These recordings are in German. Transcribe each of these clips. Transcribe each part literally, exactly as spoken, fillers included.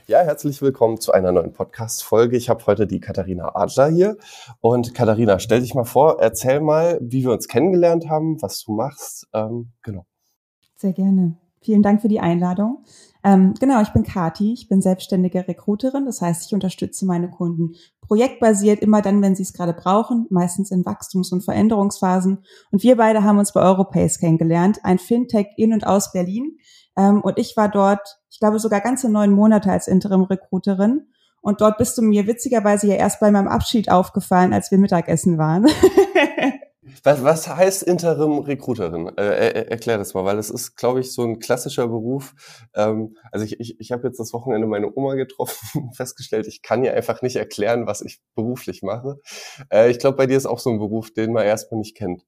Ja, herzlich willkommen zu einer neuen Podcast-Folge. Ich habe heute die Katharina Adler hier. Und Katharina, stell dich mal vor, erzähl mal, wie wir uns kennengelernt haben, was du machst. Ähm, genau. Sehr gerne. Vielen Dank für die Einladung. Ähm, genau, ich bin Kathi, ich bin selbstständige Recruiterin. Das heißt, ich unterstütze meine Kunden projektbasiert, immer dann, wenn sie es gerade brauchen, meistens in Wachstums- und Veränderungsphasen. Und wir beide haben uns bei Europace kennengelernt, ein Fintech in und aus Berlin. Ähm, und ich war dort, ich glaube, sogar ganze neun Monate als Interim-Recruiterin. Und dort bist du mir witzigerweise ja erst bei meinem Abschied aufgefallen, als wir Mittagessen waren. Was, was heißt Interim-Recruiterin? Äh, er, erklär das mal, weil es ist, glaube ich, so ein klassischer Beruf. Ähm, also ich, ich, ich habe jetzt das Wochenende meine Oma getroffen, festgestellt, ich kann ihr einfach nicht erklären, was ich beruflich mache. Äh, ich glaube, bei dir ist auch so ein Beruf, den man erstmal nicht kennt.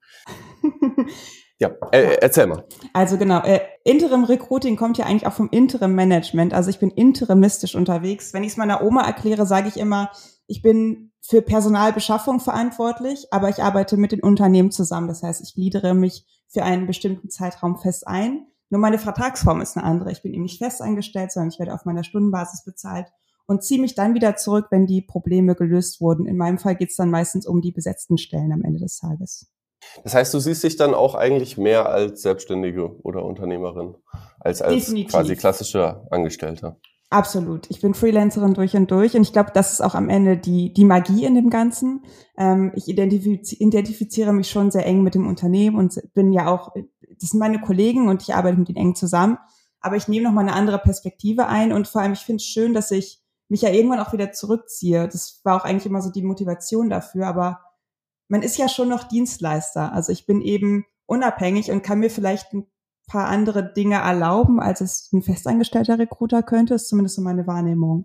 Ja, äh, erzähl mal. Also genau, äh, Interim-Recruiting kommt ja eigentlich auch vom Interim-Management. Also ich bin interimistisch unterwegs. Wenn ich es meiner Oma erkläre, sage ich immer, ich bin für Personalbeschaffung verantwortlich, aber ich arbeite mit den Unternehmen zusammen. Das heißt, ich gliedere mich für einen bestimmten Zeitraum fest ein. Nur meine Vertragsform ist eine andere. Ich bin eben nicht fest eingestellt, sondern ich werde auf meiner Stundenbasis bezahlt und ziehe mich dann wieder zurück, wenn die Probleme gelöst wurden. In meinem Fall geht es dann meistens um die besetzten Stellen am Ende des Tages. Das heißt, du siehst dich dann auch eigentlich mehr als Selbstständige oder Unternehmerin, als als Definitiv. Quasi klassischer Angestellter. Absolut. Ich bin Freelancerin durch und durch und ich glaube, das ist auch am Ende die die Magie in dem Ganzen. Ähm, ich identifiz- identifiziere mich schon sehr eng mit dem Unternehmen und bin ja auch, das sind meine Kollegen und ich arbeite mit denen eng zusammen, aber ich nehme nochmal eine andere Perspektive ein und vor allem, ich finde es schön, dass ich mich ja irgendwann auch wieder zurückziehe. Das war auch eigentlich immer so die Motivation dafür, aber man ist ja schon noch Dienstleister. Also ich bin eben unabhängig und kann mir vielleicht ein paar andere Dinge erlauben, als es ein festangestellter Recruiter könnte, ist zumindest so meine Wahrnehmung.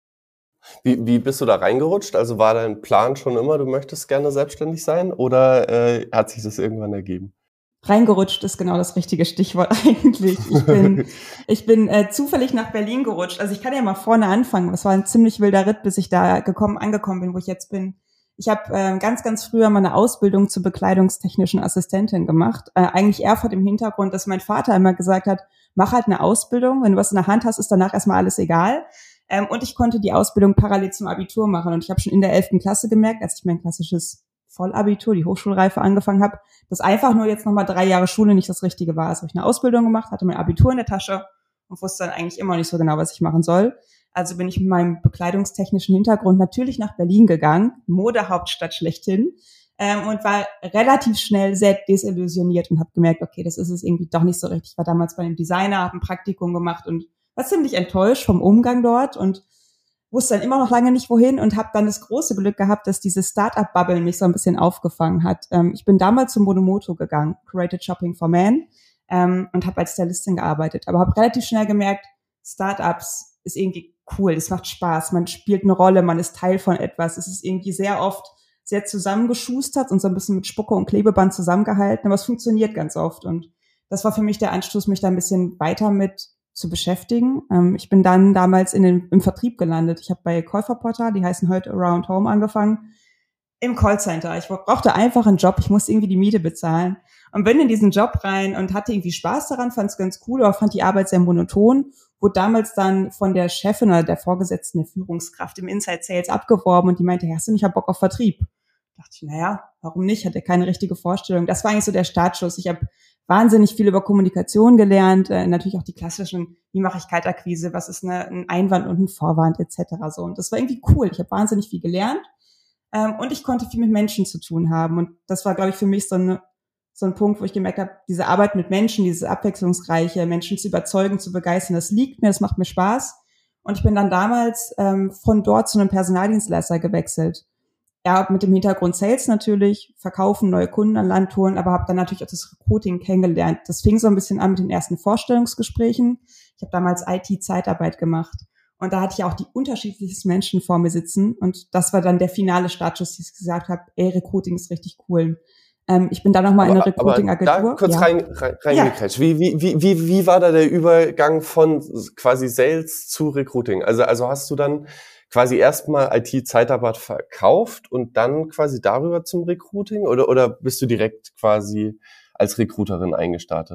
Wie, wie bist du da reingerutscht? Also war dein Plan schon immer, du möchtest gerne selbstständig sein oder äh, hat sich das irgendwann ergeben? Reingerutscht ist genau das richtige Stichwort eigentlich. Ich bin, ich bin äh, zufällig nach Berlin gerutscht. Also ich kann ja mal vorne anfangen. Es war ein ziemlich wilder Ritt, bis ich da gekommen, angekommen bin, wo ich jetzt bin. Ich habe äh, ganz, ganz früher meine Ausbildung zur bekleidungstechnischen Assistentin gemacht. Äh, eigentlich eher vor dem Hintergrund, dass mein Vater immer gesagt hat, mach halt eine Ausbildung. Wenn du was in der Hand hast, ist danach erstmal alles egal. Ähm, und ich konnte die Ausbildung parallel zum Abitur machen. Und ich habe schon in der elften Klasse gemerkt, als ich mein klassisches Vollabitur, die Hochschulreife angefangen habe, dass einfach nur jetzt nochmal drei Jahre Schule nicht das Richtige war. Also habe ich eine Ausbildung gemacht, hatte mein Abitur in der Tasche und wusste dann eigentlich immer nicht so genau, was ich machen soll. Also bin ich mit meinem bekleidungstechnischen Hintergrund natürlich nach Berlin gegangen, Modehauptstadt schlechthin, ähm, und war relativ schnell sehr desillusioniert und habe gemerkt, okay, das ist es irgendwie doch nicht so richtig. Ich war damals bei einem Designer, habe ein Praktikum gemacht und war ziemlich enttäuscht vom Umgang dort und wusste dann immer noch lange nicht, wohin und habe dann das große Glück gehabt, dass diese Startup-Bubble mich so ein bisschen aufgefangen hat. Ähm, ich bin damals zum Monomoto gegangen, Curated Shopping for Men, ähm, und habe als Stylistin gearbeitet. Aber habe relativ schnell gemerkt, Startups ist irgendwie cool, das macht Spaß, man spielt eine Rolle, man ist Teil von etwas. Es ist irgendwie sehr oft sehr zusammengeschustert und so ein bisschen mit Spucke und Klebeband zusammengehalten, aber es funktioniert ganz oft. Und das war für mich der Anstoß, mich da ein bisschen weiter mit zu beschäftigen. Ähm, ich bin dann damals in den, im Vertrieb gelandet. Ich habe bei Käuferportal, die heißen heute Around Home, angefangen, im Callcenter. Ich brauchte einfach einen Job, ich musste irgendwie die Miete bezahlen und bin in diesen Job rein und hatte irgendwie Spaß daran, fand es ganz cool, aber fand die Arbeit sehr monoton, wurde damals dann von der Chefin oder der Vorgesetzten, der Führungskraft im Inside Sales abgeworben und die meinte, hast du nicht Bock auf Vertrieb? Da dachte ich, naja, warum nicht? Hatte keine richtige Vorstellung. Das war eigentlich so der Startschuss. Ich habe wahnsinnig viel über Kommunikation gelernt, äh, natürlich auch die klassischen, wie mache ich Kaltakquise, was ist eine, ein Einwand und ein Vorwand et cetera. So. Und das war irgendwie cool. Ich habe wahnsinnig viel gelernt ähm, und ich konnte viel mit Menschen zu tun haben. Und das war, glaube ich, für mich so, eine, so ein Punkt, wo ich gemerkt habe, diese Arbeit mit Menschen, dieses abwechslungsreiche, Menschen zu überzeugen, zu begeistern, das liegt mir, das macht mir Spaß. Und ich bin dann damals ähm, von dort zu einem Personaldienstleister gewechselt. Ja, mit dem Hintergrund Sales natürlich, verkaufen, neue Kunden an Land holen, aber habe dann natürlich auch das Recruiting kennengelernt. Das fing so ein bisschen an mit den ersten Vorstellungsgesprächen. Ich habe damals I T-Zeitarbeit gemacht und da hatte ich auch die unterschiedlichsten Menschen vor mir sitzen und das war dann der finale Startschuss, dass ich gesagt habe, ey, Recruiting ist richtig cool. Ähm, ich bin dann nochmal in eine Recruiting-Agentur. Da kurz ja. rein, rein, reingekrätscht. Ja. Wie, wie, wie, wie, wie war da der Übergang von quasi Sales zu Recruiting? Also, also hast du dann quasi erstmal I T-Zeitarbeit verkauft und dann quasi darüber zum Recruiting oder, oder bist du direkt quasi als Recruiterin eingestartet?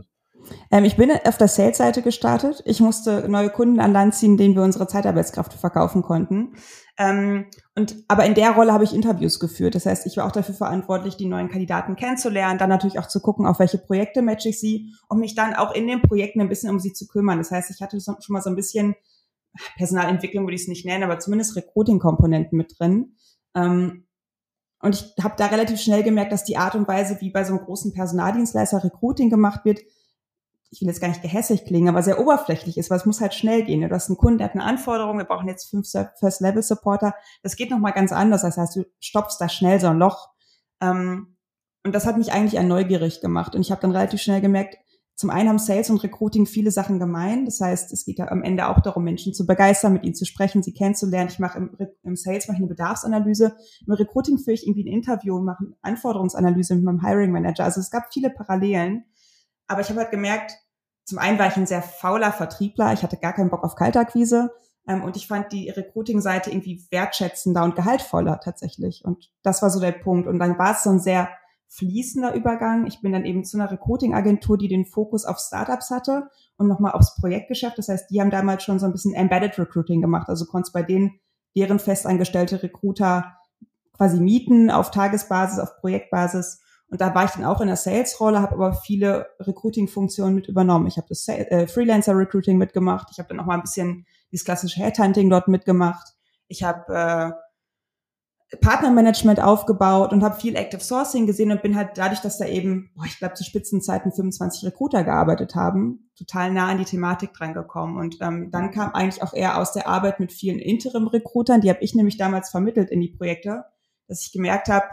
Ähm, ich bin auf der Sales-Seite gestartet. Ich musste neue Kunden an Land ziehen, denen wir unsere Zeitarbeitskraft verkaufen konnten. Ähm, und aber in der Rolle habe ich Interviews geführt. Das heißt, ich war auch dafür verantwortlich, die neuen Kandidaten kennenzulernen, dann natürlich auch zu gucken, auf welche Projekte matche ich sie, um mich dann auch in den Projekten ein bisschen um sie zu kümmern. Das heißt, ich hatte so, schon mal so ein bisschen Personalentwicklung, würde ich es nicht nennen, aber zumindest Recruiting-Komponenten mit drin. Ähm, und ich habe da relativ schnell gemerkt, dass die Art und Weise, wie bei so einem großen Personaldienstleister Recruiting gemacht wird, ich will jetzt gar nicht gehässig klingen, aber sehr oberflächlich ist, weil es muss halt schnell gehen. Du hast einen Kunden, der hat eine Anforderung, wir brauchen jetzt fünf First-Level-Supporter. Das geht nochmal ganz anders. Das heißt, du stopfst da schnell so ein Loch. Und das hat mich eigentlich an neugierig gemacht. Und ich habe dann relativ schnell gemerkt, zum einen haben Sales und Recruiting viele Sachen gemein. Das heißt, es geht ja am Ende auch darum, Menschen zu begeistern, mit ihnen zu sprechen, sie kennenzulernen. Ich mache im, im Sales mache ich eine Bedarfsanalyse. Im Recruiting führe ich irgendwie ein Interview und mache eine Anforderungsanalyse mit meinem Hiring Manager. Also es gab viele Parallelen. Aber ich habe halt gemerkt, zum einen war ich ein sehr fauler Vertriebler. Ich hatte gar keinen Bock auf Kaltakquise. Ähm, und ich fand die Recruiting-Seite irgendwie wertschätzender und gehaltvoller tatsächlich. Und das war so der Punkt. Und dann war es so ein sehr fließender Übergang. Ich bin dann eben zu einer Recruiting-Agentur, die den Fokus auf Startups hatte und nochmal aufs Projektgeschäft. Das heißt, die haben damals schon so ein bisschen Embedded Recruiting gemacht. Also konntest bei denen deren festangestellte Recruiter quasi mieten auf Tagesbasis, auf Projektbasis. Und da war ich dann auch in der Sales-Rolle, habe aber viele Recruiting-Funktionen mit übernommen. Ich habe das äh, Freelancer-Recruiting mitgemacht. Ich habe dann auch mal ein bisschen dieses klassische Headhunting dort mitgemacht. Ich habe äh, Partnermanagement aufgebaut und habe viel Active Sourcing gesehen und bin halt dadurch, dass da eben, boah, ich glaube zu Spitzenzeiten fünfundzwanzig Recruiter gearbeitet haben, total nah an die Thematik dran gekommen. Und ähm, dann kam eigentlich auch eher aus der Arbeit mit vielen Interim-Recruitern, die habe ich nämlich damals vermittelt in die Projekte, dass ich gemerkt habe,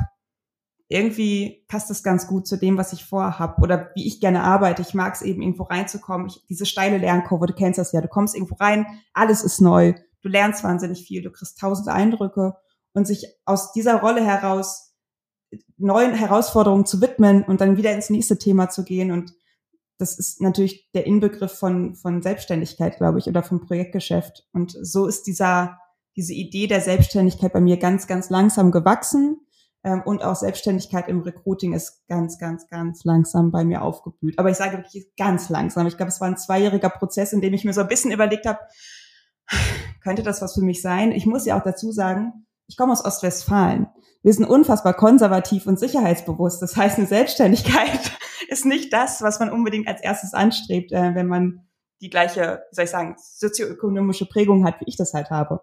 irgendwie passt das ganz gut zu dem, was ich vorhab oder wie ich gerne arbeite. Ich mag es eben, irgendwo reinzukommen. Ich, diese steile Lernkurve, du kennst das ja. Du kommst irgendwo rein, alles ist neu. Du lernst wahnsinnig viel, du kriegst tausend Eindrücke und sich aus dieser Rolle heraus neuen Herausforderungen zu widmen und dann wieder ins nächste Thema zu gehen. Und das ist natürlich der Inbegriff von, von Selbstständigkeit, glaube ich, oder vom Projektgeschäft. Und so ist dieser, diese Idee der Selbstständigkeit bei mir ganz, ganz langsam gewachsen. Und auch Selbstständigkeit im Recruiting ist ganz, ganz, ganz langsam bei mir aufgeblüht. Aber ich sage wirklich ganz langsam. Ich glaube, es war ein zweijähriger Prozess, in dem ich mir so ein bisschen überlegt habe, könnte das was für mich sein? Ich muss ja auch dazu sagen, ich komme aus Ostwestfalen. Wir sind unfassbar konservativ und sicherheitsbewusst. Das heißt, eine Selbstständigkeit ist nicht das, was man unbedingt als erstes anstrebt, wenn man die gleiche, wie soll ich sagen, sozioökonomische Prägung hat, wie ich das halt habe.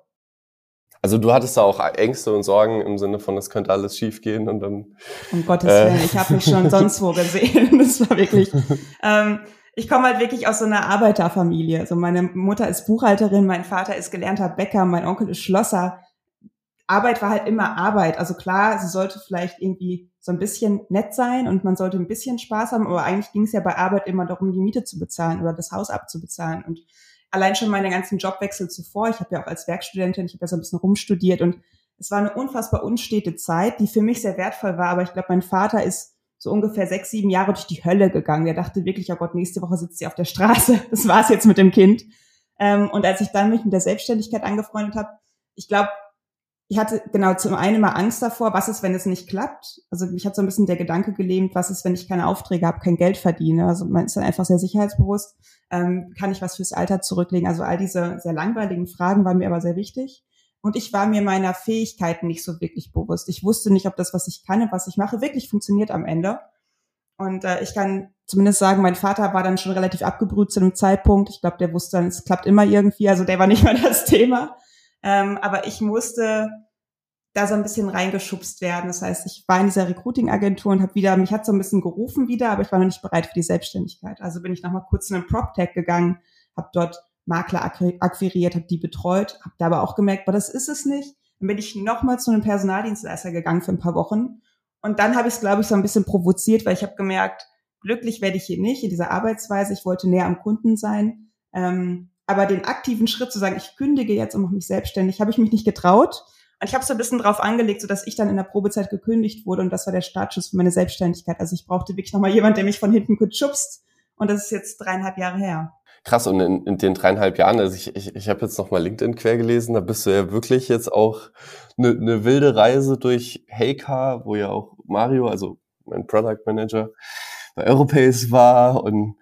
Also du hattest da auch Ängste und Sorgen im Sinne von, das könnte alles schief gehen und dann... Um Gottes äh, Willen, ich habe mich schon sonst wo gesehen. Das war wirklich... ähm, ich komme halt wirklich aus so einer Arbeiterfamilie. Also meine Mutter ist Buchhalterin, mein Vater ist gelernter Bäcker, mein Onkel ist Schlosser. Arbeit war halt immer Arbeit. Also klar, sie sollte vielleicht irgendwie so ein bisschen nett sein und man sollte ein bisschen Spaß haben, aber eigentlich ging es ja bei Arbeit immer darum, die Miete zu bezahlen oder das Haus abzubezahlen. Und allein schon meine ganzen Jobwechsel zuvor, ich habe ja auch als Werkstudentin, ich habe ja so ein bisschen rumstudiert und es war eine unfassbar unstete Zeit, die für mich sehr wertvoll war, aber ich glaube, mein Vater ist so ungefähr sechs, sieben Jahre durch die Hölle gegangen. Der dachte wirklich, oh Gott, nächste Woche sitzt sie auf der Straße, das war's jetzt mit dem Kind. Und als ich dann mich mit der Selbstständigkeit angefreundet habe, ich glaube, ich hatte genau zum einen mal Angst davor, was ist, wenn es nicht klappt. Also mich hat so ein bisschen der Gedanke gelähmt, was ist, wenn ich keine Aufträge habe, kein Geld verdiene. Also man ist dann einfach sehr sicherheitsbewusst. Ähm, kann ich was fürs Alter zurücklegen? Also all diese sehr langweiligen Fragen waren mir aber sehr wichtig. Und ich war mir meiner Fähigkeiten nicht so wirklich bewusst. Ich wusste nicht, ob das, was ich kann und was ich mache, wirklich funktioniert am Ende. Und äh, ich kann zumindest sagen, mein Vater war dann schon relativ abgebrüht zu einem Zeitpunkt. Ich glaube, der wusste dann, es klappt immer irgendwie. Also der war nicht mehr das Thema. Ähm, aber ich musste da so ein bisschen reingeschubst werden. Das heißt, ich war in dieser Recruiting-Agentur und habe wieder, mich hat so ein bisschen gerufen wieder, aber ich war noch nicht bereit für die Selbstständigkeit. Also bin ich noch mal kurz in einen PropTech gegangen, habe dort Makler akquiriert, habe die betreut, habe da aber auch gemerkt, boah, das ist es nicht. Dann bin ich noch mal zu einem Personaldienstleister gegangen für ein paar Wochen und dann habe ich es, glaube ich, so ein bisschen provoziert, weil ich habe gemerkt, glücklich werde ich hier nicht in dieser Arbeitsweise. Ich wollte näher am Kunden sein. Ähm, Aber den aktiven Schritt zu sagen, ich kündige jetzt und mache mich selbstständig, habe ich mich nicht getraut. Und ich habe so ein bisschen drauf angelegt, sodass ich dann in der Probezeit gekündigt wurde. Und das war der Startschuss für meine Selbstständigkeit. Also ich brauchte wirklich nochmal jemanden, der mich von hinten kurz schubst. Und das ist jetzt dreieinhalb Jahre her. Krass, und in, in den dreieinhalb Jahren, also ich, ich, ich habe jetzt nochmal LinkedIn quer gelesen, da bist du ja wirklich jetzt auch eine, eine wilde Reise durch Heycar, wo ja auch Mario, also mein Product Manager, bei Europace war und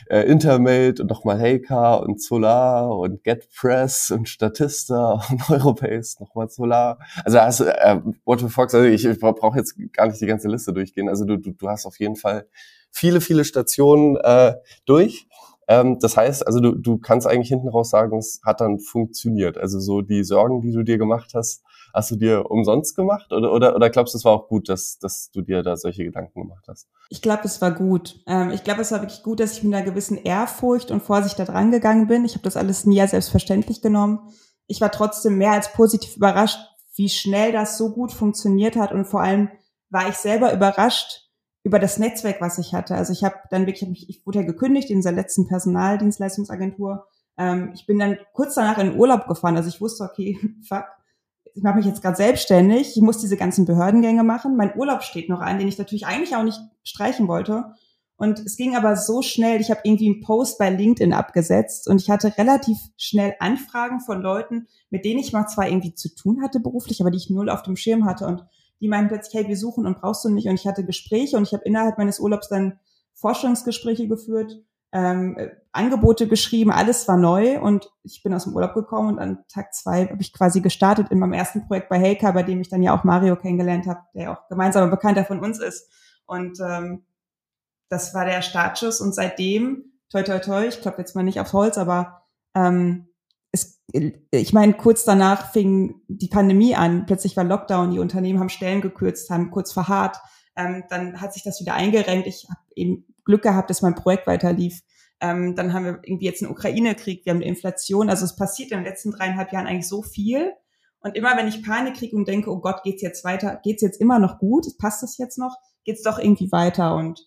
äh, Intermate und nochmal Heycar und Solar und GetPress und Statista und Eurobase, nochmal Solar. Also hast du, äh, What the Fox, also ich, ich brauche jetzt gar nicht die ganze Liste durchgehen. Also du, du, du hast auf jeden Fall viele, viele Stationen äh, durch. Ähm, das heißt, also du, du kannst eigentlich hinten raus sagen, es hat dann funktioniert. Also so die Sorgen, die du dir gemacht hast, hast du dir umsonst gemacht? Oder, oder, oder glaubst du, es war auch gut, dass, dass du dir da solche Gedanken gemacht hast? Ich glaube, es war gut. Ähm, ich glaube, es war wirklich gut, dass ich mit einer gewissen Ehrfurcht und Vorsicht da dran gegangen bin. Ich habe das alles nie als selbstverständlich genommen. Ich war trotzdem mehr als positiv überrascht, wie schnell das so gut funktioniert hat. Und vor allem war ich selber überrascht über das Netzwerk, was ich hatte. Also ich habe dann wirklich, ich wurde ja gekündigt in dieser letzten Personaldienstleistungsagentur. Ähm, ich bin dann kurz danach in den Urlaub gefahren. Also ich wusste, okay, fuck, ich mache mich jetzt gerade selbstständig. Ich muss diese ganzen Behördengänge machen. Mein Urlaub steht noch an, den ich natürlich eigentlich auch nicht streichen wollte. Und es ging aber so schnell. Ich habe irgendwie einen Post bei LinkedIn abgesetzt und ich hatte relativ schnell Anfragen von Leuten, mit denen ich mal zwar irgendwie zu tun hatte beruflich, aber die ich null auf dem Schirm hatte. Und die meinten plötzlich, hey, wir suchen und brauchst du nicht. Und ich hatte Gespräche und ich habe innerhalb meines Urlaubs dann Forschungsgespräche geführt, ähm, äh, Angebote geschrieben, alles war neu und ich bin aus dem Urlaub gekommen und an Tag zwei habe ich quasi gestartet in meinem ersten Projekt bei Heycar, bei dem ich dann ja auch Mario kennengelernt habe, der ja auch gemeinsamer Bekannter von uns ist. Und ähm, das war der Startschuss und seitdem, toi toi toi, ich klopfe jetzt mal nicht aufs Holz, aber ähm, es, ich meine, kurz danach fing die Pandemie an, plötzlich war Lockdown, die Unternehmen haben Stellen gekürzt, haben kurz verharrt, ähm, dann hat sich das wieder eingerenkt, ich habe eben Glück gehabt, dass mein Projekt weiter lief. Ähm, dann haben wir irgendwie jetzt einen Ukraine-Krieg, wir haben eine Inflation, also es passiert in den letzten dreieinhalb Jahren eigentlich so viel und immer wenn ich Panik kriege und denke, oh Gott, geht's jetzt weiter, geht's jetzt immer noch gut, passt das jetzt noch, geht's doch irgendwie weiter und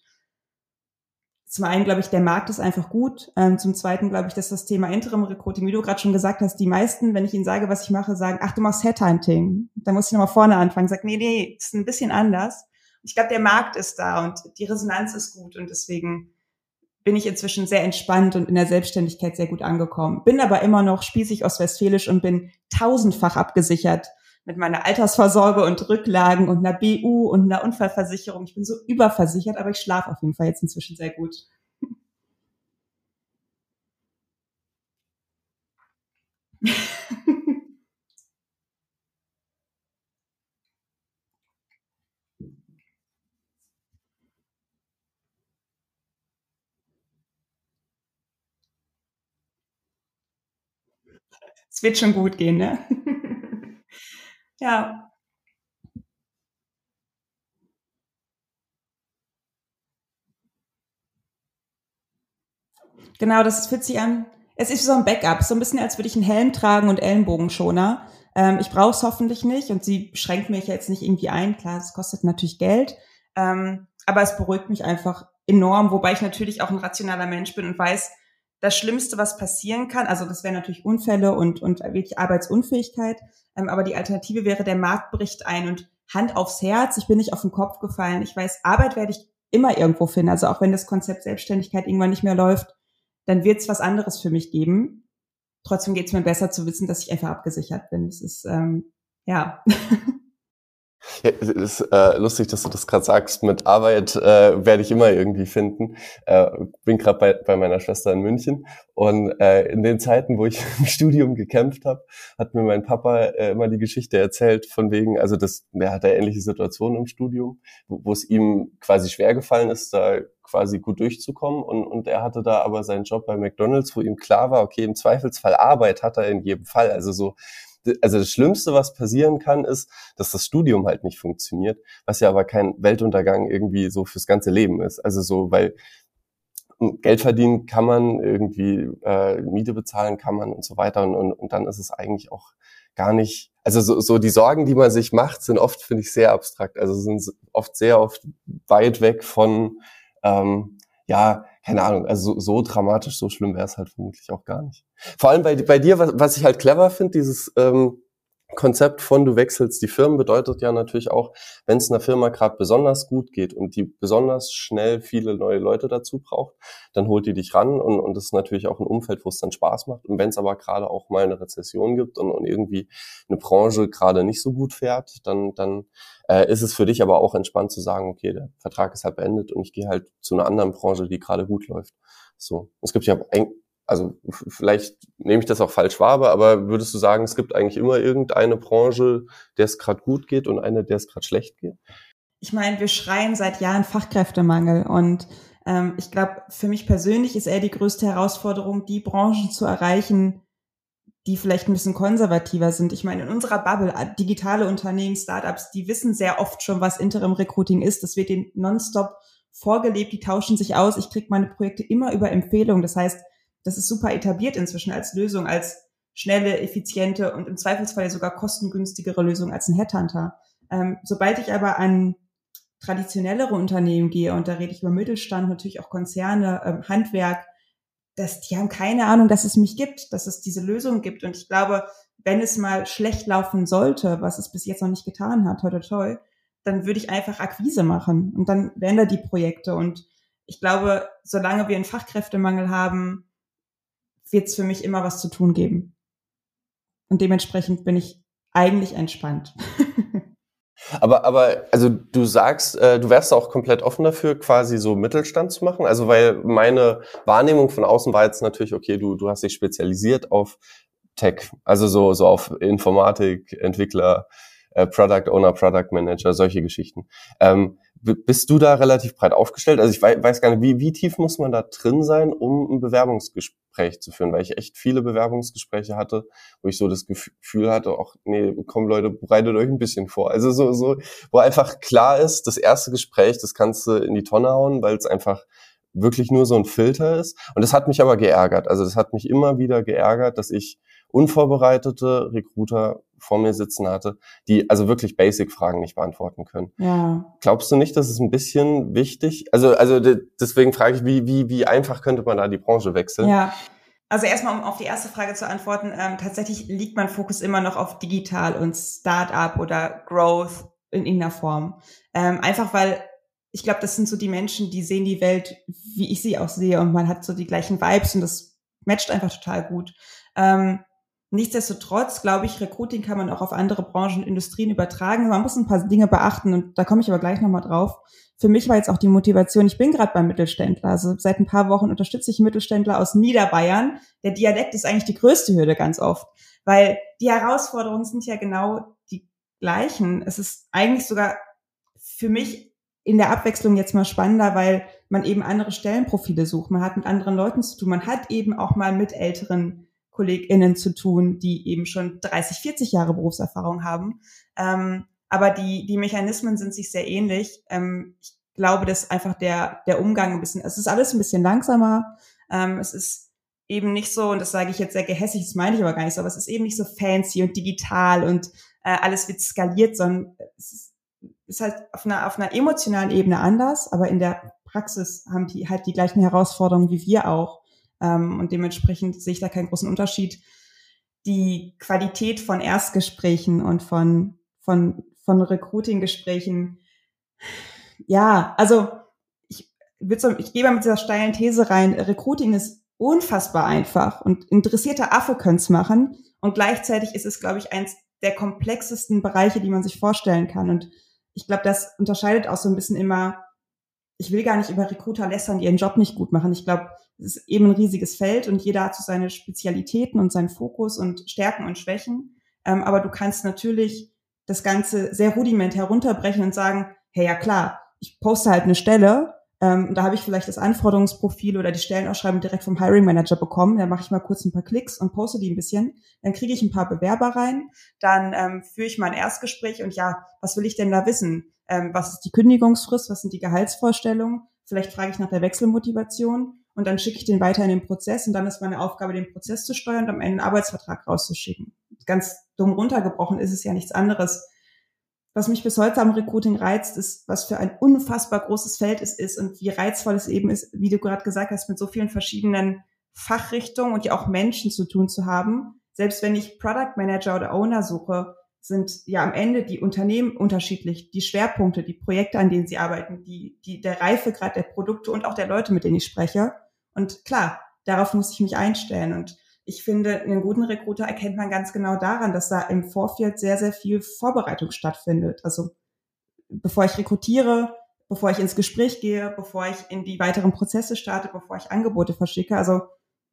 zum einen glaube ich, der Markt ist einfach gut. Ähm, zum Zweiten glaube ich, dass das Thema Interim-Recruiting, wie du gerade schon gesagt hast, die meisten, wenn ich ihnen sage, was ich mache, sagen, ach, du machst Headhunting. Da muss ich nochmal vorne anfangen. Sag, nee, nee, das ist ein bisschen anders. Ich glaube, der Markt ist da und die Resonanz ist gut und deswegen bin ich inzwischen sehr entspannt und in der Selbstständigkeit sehr gut angekommen. Bin aber immer noch spießig ostwestfälisch und bin tausendfach abgesichert mit meiner Altersvorsorge und Rücklagen und einer B U und einer Unfallversicherung. Ich bin so überversichert, aber ich schlafe auf jeden Fall jetzt inzwischen sehr gut. Es wird schon gut gehen, ne? Ja. Genau, das fühlt sich an. Es ist so ein Backup, so ein bisschen, als würde ich einen Helm tragen und Ellenbogenschoner. Ähm, ich brauche es hoffentlich nicht und sie schränkt mich jetzt nicht irgendwie ein. Klar, es kostet natürlich Geld, ähm, aber es beruhigt mich einfach enorm, wobei ich natürlich auch ein rationaler Mensch bin und weiß, das Schlimmste, was passieren kann, also das wären natürlich Unfälle und, und wirklich Arbeitsunfähigkeit, ähm, aber die Alternative wäre, der Markt bricht ein und Hand aufs Herz, ich bin nicht auf den Kopf gefallen. Ich weiß, Arbeit werde ich immer irgendwo finden, also auch wenn das Konzept Selbstständigkeit irgendwann nicht mehr läuft, dann wird es was anderes für mich geben. Trotzdem geht es mir besser zu wissen, dass ich einfach abgesichert bin. Das ist, ähm, ja. Ja, es ist äh, lustig, dass du das gerade sagst. Mit Arbeit äh, werde ich immer irgendwie finden. Äh, bin gerade bei, bei meiner Schwester in München und äh, in den Zeiten, wo ich im Studium gekämpft habe, hat mir mein Papa äh, immer die Geschichte erzählt von wegen, also das, der hat ja ähnliche Situationen im Studium, wo, wo es ihm quasi schwer gefallen ist, da quasi gut durchzukommen und, und er hatte da aber seinen Job bei McDonald's, wo ihm klar war, okay, im Zweifelsfall Arbeit hat er in jedem Fall, also so. Also das Schlimmste, was passieren kann, ist, dass das Studium halt nicht funktioniert, was ja aber kein Weltuntergang irgendwie so fürs ganze Leben ist. Also so, weil Geld verdienen kann man, irgendwie äh, Miete bezahlen kann man und so weiter und, und, und dann ist es eigentlich auch gar nicht, also so, so die Sorgen, die man sich macht, sind oft, finde ich, sehr abstrakt. Also sind oft sehr oft weit weg von, ähm, ja, keine Ahnung, also so, so dramatisch, so schlimm wäre es halt vermutlich auch gar nicht. Vor allem bei, bei dir, was, was ich halt clever finde, dieses ähm, Konzept von du wechselst die Firmen bedeutet ja natürlich auch, wenn es einer Firma gerade besonders gut geht und die besonders schnell viele neue Leute dazu braucht, dann holt die dich ran und, und das ist natürlich auch ein Umfeld, wo es dann Spaß macht. Und wenn es aber gerade auch mal eine Rezession gibt und, und irgendwie eine Branche gerade nicht so gut fährt, dann, dann äh, ist es für dich aber auch entspannt zu sagen, okay, der Vertrag ist halt beendet und ich gehe halt zu einer anderen Branche, die gerade gut läuft. So. Es gibt ja, also vielleicht nehme ich das auch falsch wahr, aber würdest du sagen, es gibt eigentlich immer irgendeine Branche, der es gerade gut geht und eine, der es gerade schlecht geht? Ich meine, wir schreien seit Jahren Fachkräftemangel und ähm, ich glaube, für mich persönlich ist eher die größte Herausforderung, die Branchen zu erreichen, die vielleicht ein bisschen konservativer sind. Ich meine, in unserer Bubble, digitale Unternehmen, Startups, die wissen sehr oft schon, was Interim-Recruiting ist. Das wird denen nonstop vorgelebt, die tauschen sich aus. Ich kriege meine Projekte immer über Empfehlungen. Das heißt, das ist super etabliert inzwischen als Lösung, als schnelle, effiziente und im Zweifelsfall sogar kostengünstigere Lösung als ein Headhunter. Ähm, sobald ich aber an traditionellere Unternehmen gehe, und da rede ich über Mittelstand, natürlich auch Konzerne, ähm, Handwerk, dass die haben keine Ahnung, dass es mich gibt, dass es diese Lösung gibt. Und ich glaube, wenn es mal schlecht laufen sollte, was es bis jetzt noch nicht getan hat, toi, toi, toi, dann würde ich einfach Akquise machen und dann wären da die Projekte. Und ich glaube, solange wir einen Fachkräftemangel haben, wird es für mich immer was zu tun geben. Und dementsprechend bin ich eigentlich entspannt. Aber, aber, also du sagst, äh, du wärst auch komplett offen dafür, quasi so Mittelstand zu machen. Also, weil meine Wahrnehmung von außen war jetzt natürlich, okay, du, du hast dich spezialisiert auf Tech, also so, so auf Informatik, Entwickler, äh, Product Owner, Product Manager, solche Geschichten. Ähm, b- bist du da relativ breit aufgestellt? Also ich wei- weiß gar nicht, wie, wie tief muss man da drin sein, um ein Bewerbungsgespräch zu führen? Weil ich echt viele Bewerbungsgespräche hatte, wo ich so das Gefühl hatte, ach nee, komm Leute, bereitet euch ein bisschen vor. Also so, so, wo einfach klar ist, das erste Gespräch, das kannst du in die Tonne hauen, weil es einfach wirklich nur so ein Filter ist. Und das hat mich aber geärgert. Also das hat mich immer wieder geärgert, dass ich unvorbereitete Recruiter vor mir sitzen hatte, die also wirklich Basic-Fragen nicht beantworten können. Ja. Glaubst du nicht, dass es ein bisschen wichtig, also also de- deswegen frage ich, wie wie wie einfach könnte man da die Branche wechseln? Ja. Also erstmal, um auf die erste Frage zu antworten, ähm, tatsächlich liegt mein Fokus immer noch auf Digital und Start-up oder Growth in irgendeiner Form. Ähm, einfach weil ich glaube, das sind so die Menschen, die sehen die Welt, wie ich sie auch sehe, und man hat so die gleichen Vibes und das matcht einfach total gut. Ähm, nichtsdestotrotz, glaube ich, Recruiting kann man auch auf andere Branchen, Industrien übertragen. Man muss ein paar Dinge beachten und da komme ich aber gleich nochmal drauf. Für mich war jetzt auch die Motivation, ich bin gerade beim Mittelständler. Also seit ein paar Wochen unterstütze ich einen Mittelständler aus Niederbayern. Der Dialekt ist eigentlich die größte Hürde ganz oft, weil die Herausforderungen sind ja genau die gleichen. Es ist eigentlich sogar für mich in der Abwechslung jetzt mal spannender, weil man eben andere Stellenprofile sucht. Man hat mit anderen Leuten zu tun. Man hat eben auch mal mit älteren KollegInnen zu tun, die eben schon dreißig, vierzig Jahre Berufserfahrung haben. Ähm, aber die, die Mechanismen sind sich sehr ähnlich. Ähm, ich glaube, dass einfach der, der Umgang ein bisschen, es ist alles ein bisschen langsamer. Ähm, es ist eben nicht so, und das sage ich jetzt sehr gehässig, das meine ich aber gar nicht so, aber es ist eben nicht so fancy und digital und äh, alles wird skaliert, sondern es ist, ist halt auf einer, auf einer emotionalen Ebene anders, aber in der Praxis haben die halt die gleichen Herausforderungen wie wir auch. Ähm, und dementsprechend sehe ich da keinen großen Unterschied. Die Qualität von Erstgesprächen und von, von, von Recruiting-Gesprächen, ja, also ich, würde so, ich gehe mal mit dieser steilen These rein, Recruiting ist unfassbar einfach und interessierter Affe könnte es machen und gleichzeitig ist es, glaube ich, eins der komplexesten Bereiche, die man sich vorstellen kann. Und ich glaube, das unterscheidet auch so ein bisschen immer, ich will gar nicht über Recruiter lästern, die ihren Job nicht gut machen. Ich glaube, es ist eben ein riesiges Feld und jeder hat so seine Spezialitäten und seinen Fokus und Stärken und Schwächen. Ähm, aber du kannst natürlich das Ganze sehr rudimentär herunterbrechen und sagen, hey, ja klar, ich poste halt eine Stelle, ähm, da habe ich vielleicht das Anforderungsprofil oder die Stellenausschreibung direkt vom Hiring Manager bekommen, dann mache ich mal kurz ein paar Klicks und poste die ein bisschen, dann kriege ich ein paar Bewerber rein, dann ähm, führe ich mal ein Erstgespräch und ja, was will ich denn da wissen? Ähm, was ist die Kündigungsfrist, was sind die Gehaltsvorstellungen? Vielleicht frage ich nach der Wechselmotivation und dann schicke ich den weiter in den Prozess und dann ist meine Aufgabe, den Prozess zu steuern und am Ende einen Arbeitsvertrag rauszuschicken. Ganz dumm runtergebrochen ist es ja nichts anderes. Was mich bis heute am Recruiting reizt, ist, was für ein unfassbar großes Feld es ist und wie reizvoll es eben ist, wie du gerade gesagt hast, mit so vielen verschiedenen Fachrichtungen und ja auch Menschen zu tun zu haben. Selbst wenn ich Product Manager oder Owner suche, sind ja am Ende die Unternehmen unterschiedlich, die Schwerpunkte, die Projekte, an denen sie arbeiten, die, die, der Reifegrad der Produkte und auch der Leute, mit denen ich spreche. Und klar, darauf muss ich mich einstellen. Und ich finde, einen guten Recruiter erkennt man ganz genau daran, dass da im Vorfeld sehr, sehr viel Vorbereitung stattfindet. Also bevor ich rekrutiere, bevor ich ins Gespräch gehe, bevor ich in die weiteren Prozesse starte, bevor ich Angebote verschicke. Also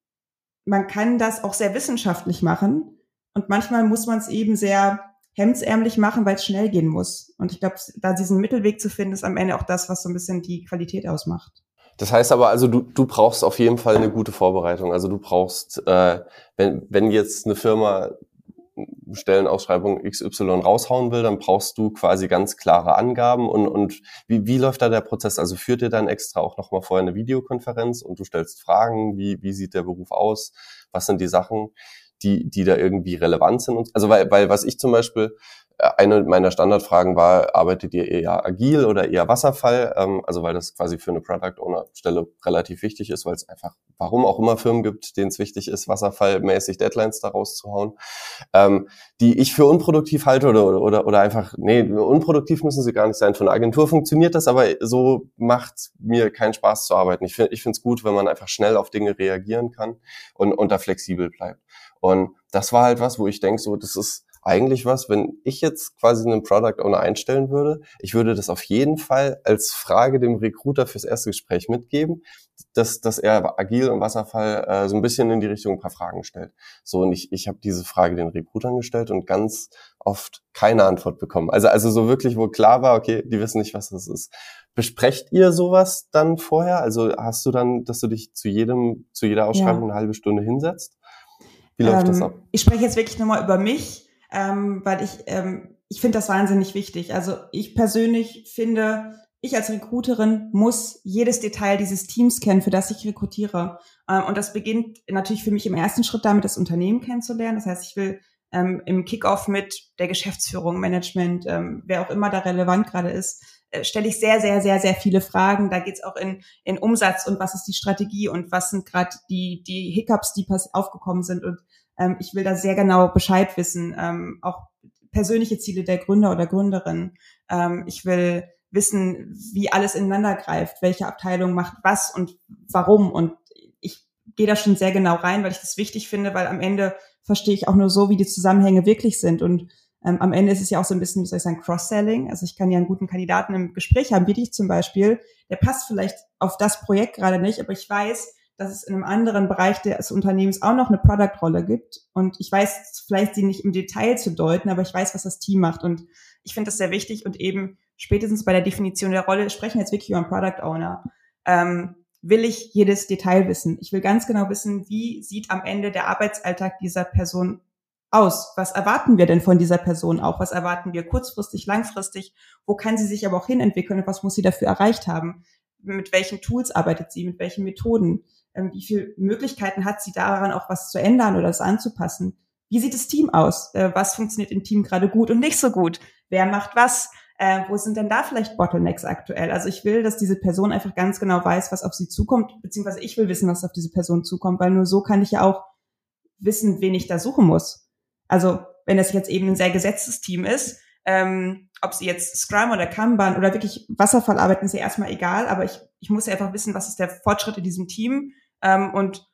man kann das auch sehr wissenschaftlich machen und manchmal muss man es eben sehr hemdsärmlich machen, weil es schnell gehen muss. Und ich glaube, da diesen Mittelweg zu finden, ist am Ende auch das, was so ein bisschen die Qualität ausmacht. Das heißt aber, also du, du brauchst auf jeden Fall eine gute Vorbereitung. Also du brauchst, äh, wenn, wenn jetzt eine Firma Stellenausschreibung X Y raushauen will, dann brauchst du quasi ganz klare Angaben und, und wie, wie läuft da der Prozess? Also führt ihr dann extra auch nochmal vorher eine Videokonferenz und du stellst Fragen, wie, wie sieht der Beruf aus? Was sind die Sachen, die, die da irgendwie relevant sind? Also weil, weil was ich zum Beispiel, eine meiner Standardfragen war, arbeitet ihr eher agil oder eher Wasserfall? Ähm, also weil das quasi für eine Product Owner Stelle relativ wichtig ist, weil es einfach, warum auch immer Firmen gibt, denen es wichtig ist, wasserfallmäßig Deadlines daraus zu hauen, ähm, die ich für unproduktiv halte oder, oder, oder einfach, nee, unproduktiv müssen sie gar nicht sein. Für eine Agentur funktioniert das, aber so macht mir keinen Spaß zu arbeiten. Ich finde, ich finde es gut, wenn man einfach schnell auf Dinge reagieren kann und, und da flexibel bleibt. Und das war halt was, wo ich denke, so, das ist eigentlich was, wenn ich jetzt quasi einen Product Owner einstellen würde, ich würde das auf jeden Fall als Frage dem Recruiter fürs erste Gespräch mitgeben, dass, dass er agil und Wasserfall äh, so ein bisschen in die Richtung ein paar Fragen stellt. So, und ich, ich habe diese Frage den Recruitern gestellt und ganz oft keine Antwort bekommen. Also, also so wirklich, wo klar war, okay, die wissen nicht, was das ist. Besprecht ihr sowas dann vorher? Also hast du dann, dass du dich zu jedem, zu jeder Ausschreibung ja. eine halbe Stunde hinsetzt? Wie läuft ähm, das ab? Ich spreche jetzt wirklich nochmal über mich. Ähm, weil ich, ähm, ich finde das wahnsinnig wichtig. Also ich persönlich finde, ich als Recruiterin muss jedes Detail dieses Teams kennen, für das ich rekrutiere. Ähm, und das beginnt natürlich für mich im ersten Schritt damit, das Unternehmen kennenzulernen. Das heißt, ich will ähm, im Kickoff mit der Geschäftsführung, Management, ähm, wer auch immer da relevant gerade ist, äh, stelle ich sehr, sehr, sehr, sehr viele Fragen. Da geht's auch in, in Umsatz und was ist die Strategie und was sind gerade die, die Hiccups, die pass- aufgekommen sind. Und ähm, ich will da sehr genau Bescheid wissen, ähm, auch persönliche Ziele der Gründer oder Gründerin. Ähm, ich will wissen, wie alles ineinander greift, welche Abteilung macht was und warum. Und ich gehe da schon sehr genau rein, weil ich das wichtig finde, weil am Ende verstehe ich auch nur so, wie die Zusammenhänge wirklich sind. Und ähm, am Ende ist es ja auch so ein bisschen, wie soll ich sagen, Cross-Selling. Also ich kann ja einen guten Kandidaten im Gespräch haben, wie dich zum Beispiel. Der passt vielleicht auf das Projekt gerade nicht, aber ich weiß, dass es in einem anderen Bereich des Unternehmens auch noch eine Product-Rolle gibt. Und ich weiß vielleicht sie nicht im Detail zu deuten, aber ich weiß, was das Team macht. Und ich finde das sehr wichtig. Und eben spätestens bei der Definition der Rolle, sprechen wir jetzt wirklich über einen Product Owner, ähm, will ich jedes Detail wissen. Ich will ganz genau wissen, wie sieht am Ende der Arbeitsalltag dieser Person aus? Was erwarten wir denn von dieser Person auch? Was erwarten wir kurzfristig, langfristig? Wo kann sie sich aber auch hinentwickeln und was muss sie dafür erreicht haben? Mit welchen Tools arbeitet sie? Mit welchen Methoden? Wie viele Möglichkeiten hat sie daran, auch was zu ändern oder es anzupassen? Wie sieht das Team aus? Was funktioniert im Team gerade gut und nicht so gut? Wer macht was? Äh, wo sind denn da vielleicht Bottlenecks aktuell? Also ich will, dass diese Person einfach ganz genau weiß, was auf sie zukommt, beziehungsweise ich will wissen, was auf diese Person zukommt, weil nur so kann ich ja auch wissen, wen ich da suchen muss. Also wenn das jetzt eben ein sehr gesetztes Team ist, ähm, ob sie jetzt Scrum oder Kanban oder wirklich Wasserfall arbeiten, ist ja erstmal egal, aber ich, ich muss ja einfach wissen, was ist der Fortschritt in diesem Team ähm, und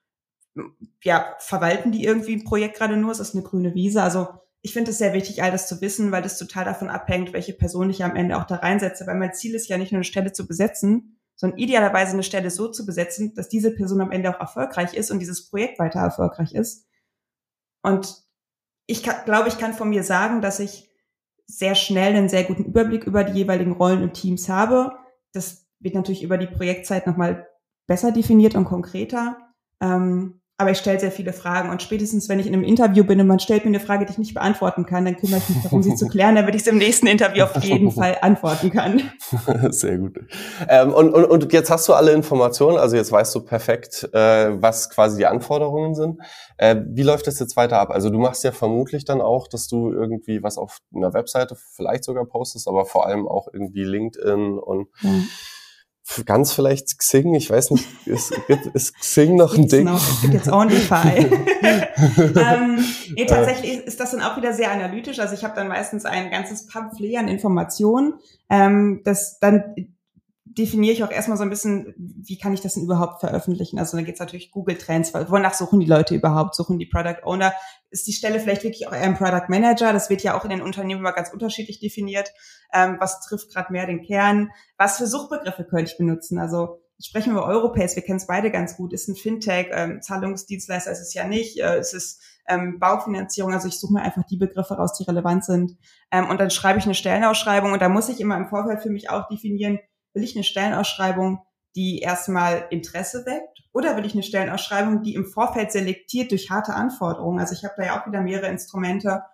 ja, verwalten die irgendwie ein Projekt gerade nur, es ist eine grüne Wiese, also ich finde es sehr wichtig, all das zu wissen, weil das total davon abhängt, welche Person ich am Ende auch da reinsetze, weil mein Ziel ist ja nicht nur eine Stelle zu besetzen, sondern idealerweise eine Stelle so zu besetzen, dass diese Person am Ende auch erfolgreich ist und dieses Projekt weiter erfolgreich ist. Und ich kann, glaube, ich kann von mir sagen, dass ich sehr schnell einen sehr guten Überblick über die jeweiligen Rollen und Teams habe. Das wird natürlich über die Projektzeit nochmal besser definiert und konkreter. Ähm, aber ich stelle sehr viele Fragen und spätestens, wenn ich in einem Interview bin und man stellt mir eine Frage, die ich nicht beantworten kann, dann kümmere ich mich darum, sie zu klären, damit ich es im nächsten Interview auf jeden Fall antworten kann. Sehr gut. Ähm, und, und, und jetzt hast du alle Informationen, also jetzt weißt du perfekt, äh, was quasi die Anforderungen sind. Äh, wie läuft das jetzt weiter ab? Also du machst ja vermutlich dann auch, dass du irgendwie was auf einer Webseite vielleicht sogar postest, aber vor allem auch irgendwie LinkedIn und ja. Ganz vielleicht Xing, ich weiß nicht, ist, ist Xing noch ein Ding? Noch, es gibt jetzt OnlyFi. ähm, nee, tatsächlich ist das dann auch wieder sehr analytisch. Also ich habe dann meistens ein ganzes Pamphlet an Informationen, ähm, das dann definiere ich auch erstmal so ein bisschen, wie kann ich das denn überhaupt veröffentlichen? Also da geht es natürlich Google Trends, wonach suchen die Leute überhaupt? Suchen die Product Owner? Ist die Stelle vielleicht wirklich auch eher ein Product Manager? Das wird ja auch in den Unternehmen immer ganz unterschiedlich definiert. Ähm, was trifft gerade mehr den Kern? Was für Suchbegriffe könnte ich benutzen? Also sprechen wir über Europace, wir kennen es beide ganz gut. Ist ein Fintech, ähm, Zahlungsdienstleister ist es ja nicht, äh, ist es ähm, Baufinanzierung, also ich suche mir einfach die Begriffe raus, die relevant sind. Ähm, und dann schreibe ich eine Stellenausschreibung und da muss ich immer im Vorfeld für mich auch definieren, will ich eine Stellenausschreibung, die erstmal Interesse weckt, oder will ich eine Stellenausschreibung, die im Vorfeld selektiert durch harte Anforderungen? Also ich habe da ja auch wieder mehrere Instrumente.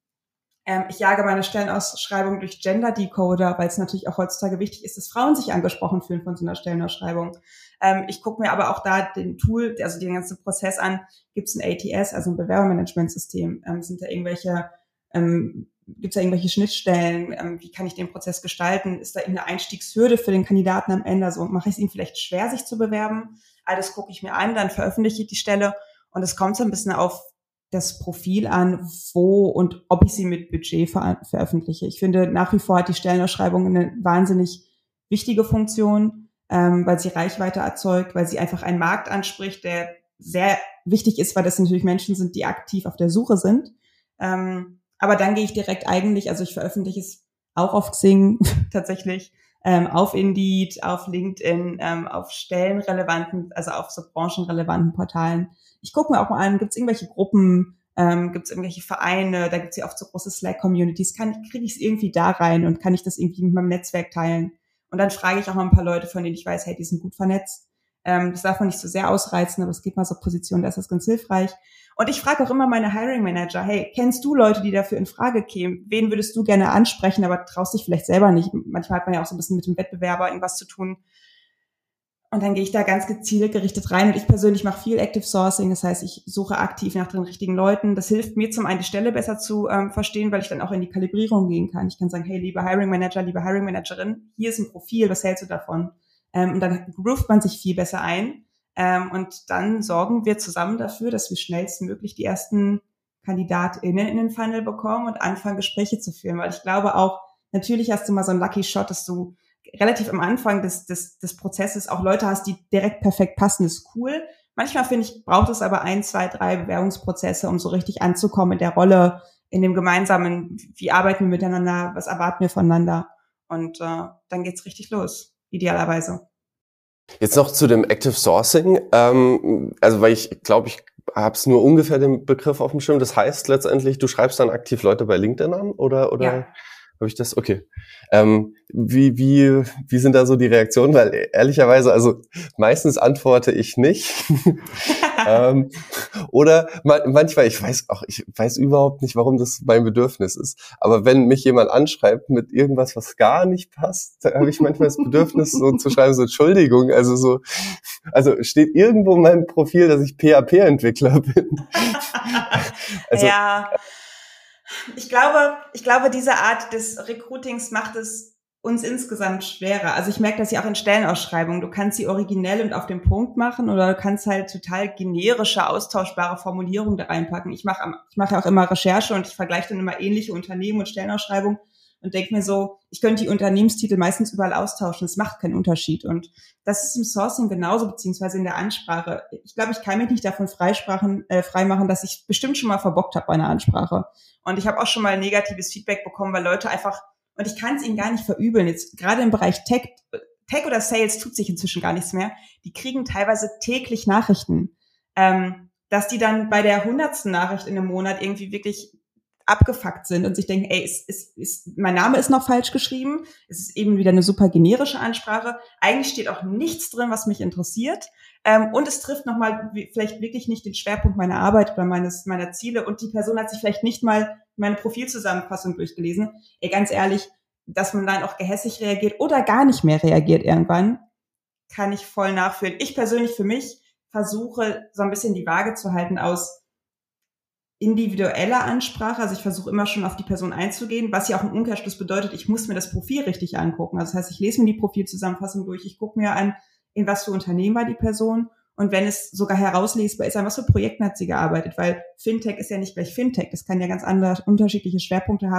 Ähm, ich jage meine Stellenausschreibung durch Gender-Decoder, weil es natürlich auch heutzutage wichtig ist, dass Frauen sich angesprochen fühlen von so einer Stellenausschreibung. Ähm, ich gucke mir aber auch da den Tool, also den ganzen Prozess an. Gibt es ein A T S, also ein Bewerbermanagementsystem? Ähm, sind da irgendwelche ähm, Gibt es da irgendwelche Schnittstellen? Ähm, wie kann ich den Prozess gestalten? Ist da irgendeine Einstiegshürde für den Kandidaten am Ende? Also mache ich es ihm vielleicht schwer, sich zu bewerben? All das gucke ich mir an, dann veröffentliche ich die Stelle und es kommt so ein bisschen auf das Profil an, wo und ob ich sie mit Budget ver- veröffentliche. Ich finde, nach wie vor hat die Stellenausschreibung eine wahnsinnig wichtige Funktion, ähm, weil sie Reichweite erzeugt, weil sie einfach einen Markt anspricht, der sehr wichtig ist, weil das natürlich Menschen sind, die aktiv auf der Suche sind. Ähm, Aber dann gehe ich direkt eigentlich, also ich veröffentliche es auch auf Xing tatsächlich, ähm, auf Indeed, auf LinkedIn, ähm, auf stellenrelevanten, also auf so branchenrelevanten Portalen. Ich gucke mir auch mal an, gibt es irgendwelche Gruppen, ähm, gibt es irgendwelche Vereine, da gibt es ja oft so große Slack-Communities, kann kriege ich es irgendwie da rein und kann ich das irgendwie mit meinem Netzwerk teilen? Und dann frage ich auch mal ein paar Leute, von denen ich weiß, hey, die sind gut vernetzt. Ähm, das darf man nicht so sehr ausreizen, aber es gibt mal so Positionen, da ist das ganz hilfreich. Und ich frage auch immer meine Hiring Manager, hey, kennst du Leute, die dafür in Frage kämen? Wen würdest du gerne ansprechen, aber traust dich vielleicht selber nicht? Manchmal hat man ja auch so ein bisschen mit dem Wettbewerber irgendwas zu tun. Und dann gehe ich da ganz gezielt gerichtet rein. Und ich persönlich mache viel Active Sourcing. Das heißt, ich suche aktiv nach den richtigen Leuten. Das hilft mir zum einen, die Stelle besser zu ähm, verstehen, weil ich dann auch in die Kalibrierung gehen kann. Ich kann sagen, hey, liebe Hiring Manager, liebe Hiring Managerin, hier ist ein Profil, was hältst du davon? Ähm, und dann ruft man sich viel besser ein. Ähm, und dann sorgen wir zusammen dafür, dass wir schnellstmöglich die ersten KandidatInnen in den Funnel bekommen und anfangen, Gespräche zu führen. Weil ich glaube auch, natürlich hast du mal so einen Lucky Shot, dass du relativ am Anfang des, des, des Prozesses auch Leute hast, die direkt perfekt passen, ist cool. Manchmal, finde ich, braucht es aber ein, zwei, drei Bewerbungsprozesse, um so richtig anzukommen in der Rolle, in dem gemeinsamen, wie arbeiten wir miteinander, was erwarten wir voneinander. Und äh, dann geht's richtig los, idealerweise. Jetzt noch zu dem Active Sourcing, ähm, also weil ich glaube, ich habe es nur ungefähr den Begriff auf dem Schirm. Das heißt letztendlich, du schreibst dann aktiv Leute bei LinkedIn an oder oder Ja. Habe ich das? Okay. Ähm, wie wie wie sind da so die Reaktionen? Weil ehrlicherweise, also meistens antworte ich nicht. ähm, oder ma- manchmal, ich weiß auch, ich weiß überhaupt nicht, warum das mein Bedürfnis ist. Aber wenn mich jemand anschreibt mit irgendwas, was gar nicht passt, dann habe ich manchmal das Bedürfnis, so zu schreiben, so Entschuldigung, also so, also steht irgendwo in meinem Profil, dass ich P H P-Entwickler bin. Also, ja. Ich glaube, ich glaube, diese Art des Recruitings macht es uns insgesamt schwerer. Also ich merke das ja auch in Stellenausschreibungen. Du kannst sie originell und auf den Punkt machen oder du kannst halt total generische, austauschbare Formulierungen da reinpacken. Ich mache ich mache ja auch immer Recherche und ich vergleiche dann immer ähnliche Unternehmen und Stellenausschreibungen und denke mir so, ich könnte die Unternehmenstitel meistens überall austauschen. Es macht keinen Unterschied. Und das ist im Sourcing genauso, beziehungsweise in der Ansprache. Ich glaube, ich kann mich nicht davon freisprachen, äh, freimachen, dass ich bestimmt schon mal verbockt habe bei einer Ansprache. Und ich habe auch schon mal negatives Feedback bekommen, weil Leute einfach, und ich kann es ihnen gar nicht verübeln, jetzt gerade im Bereich Tech, Tech oder Sales tut sich inzwischen gar nichts mehr, die kriegen teilweise täglich Nachrichten, ähm, dass die dann bei der hundertsten Nachricht in einem Monat irgendwie wirklich abgefuckt sind und sich denken, ey, ist, ist, ist, mein Name ist noch falsch geschrieben, es ist eben wieder eine super generische Ansprache, eigentlich steht auch nichts drin, was mich interessiert, ähm, und es trifft nochmal vielleicht wirklich nicht den Schwerpunkt meiner Arbeit oder meines meiner Ziele und die Person hat sich vielleicht nicht mal meine Profilzusammenfassung durchgelesen. Ey, ganz ehrlich, dass man dann auch gehässig reagiert oder gar nicht mehr reagiert irgendwann, kann ich voll nachfühlen. Ich persönlich für mich versuche so ein bisschen die Waage zu halten aus individueller Ansprache, also ich versuche immer schon auf die Person einzugehen, was ja auch im Umkehrschluss bedeutet, ich muss mir das Profil richtig angucken. Also das heißt, ich lese mir die Profilzusammenfassung durch, ich gucke mir an, in was für Unternehmen war die Person und wenn es sogar herauslesbar ist, an was für Projekten hat sie gearbeitet, weil Fintech ist ja nicht gleich Fintech, das kann ja ganz andere, unterschiedliche Schwerpunkte haben,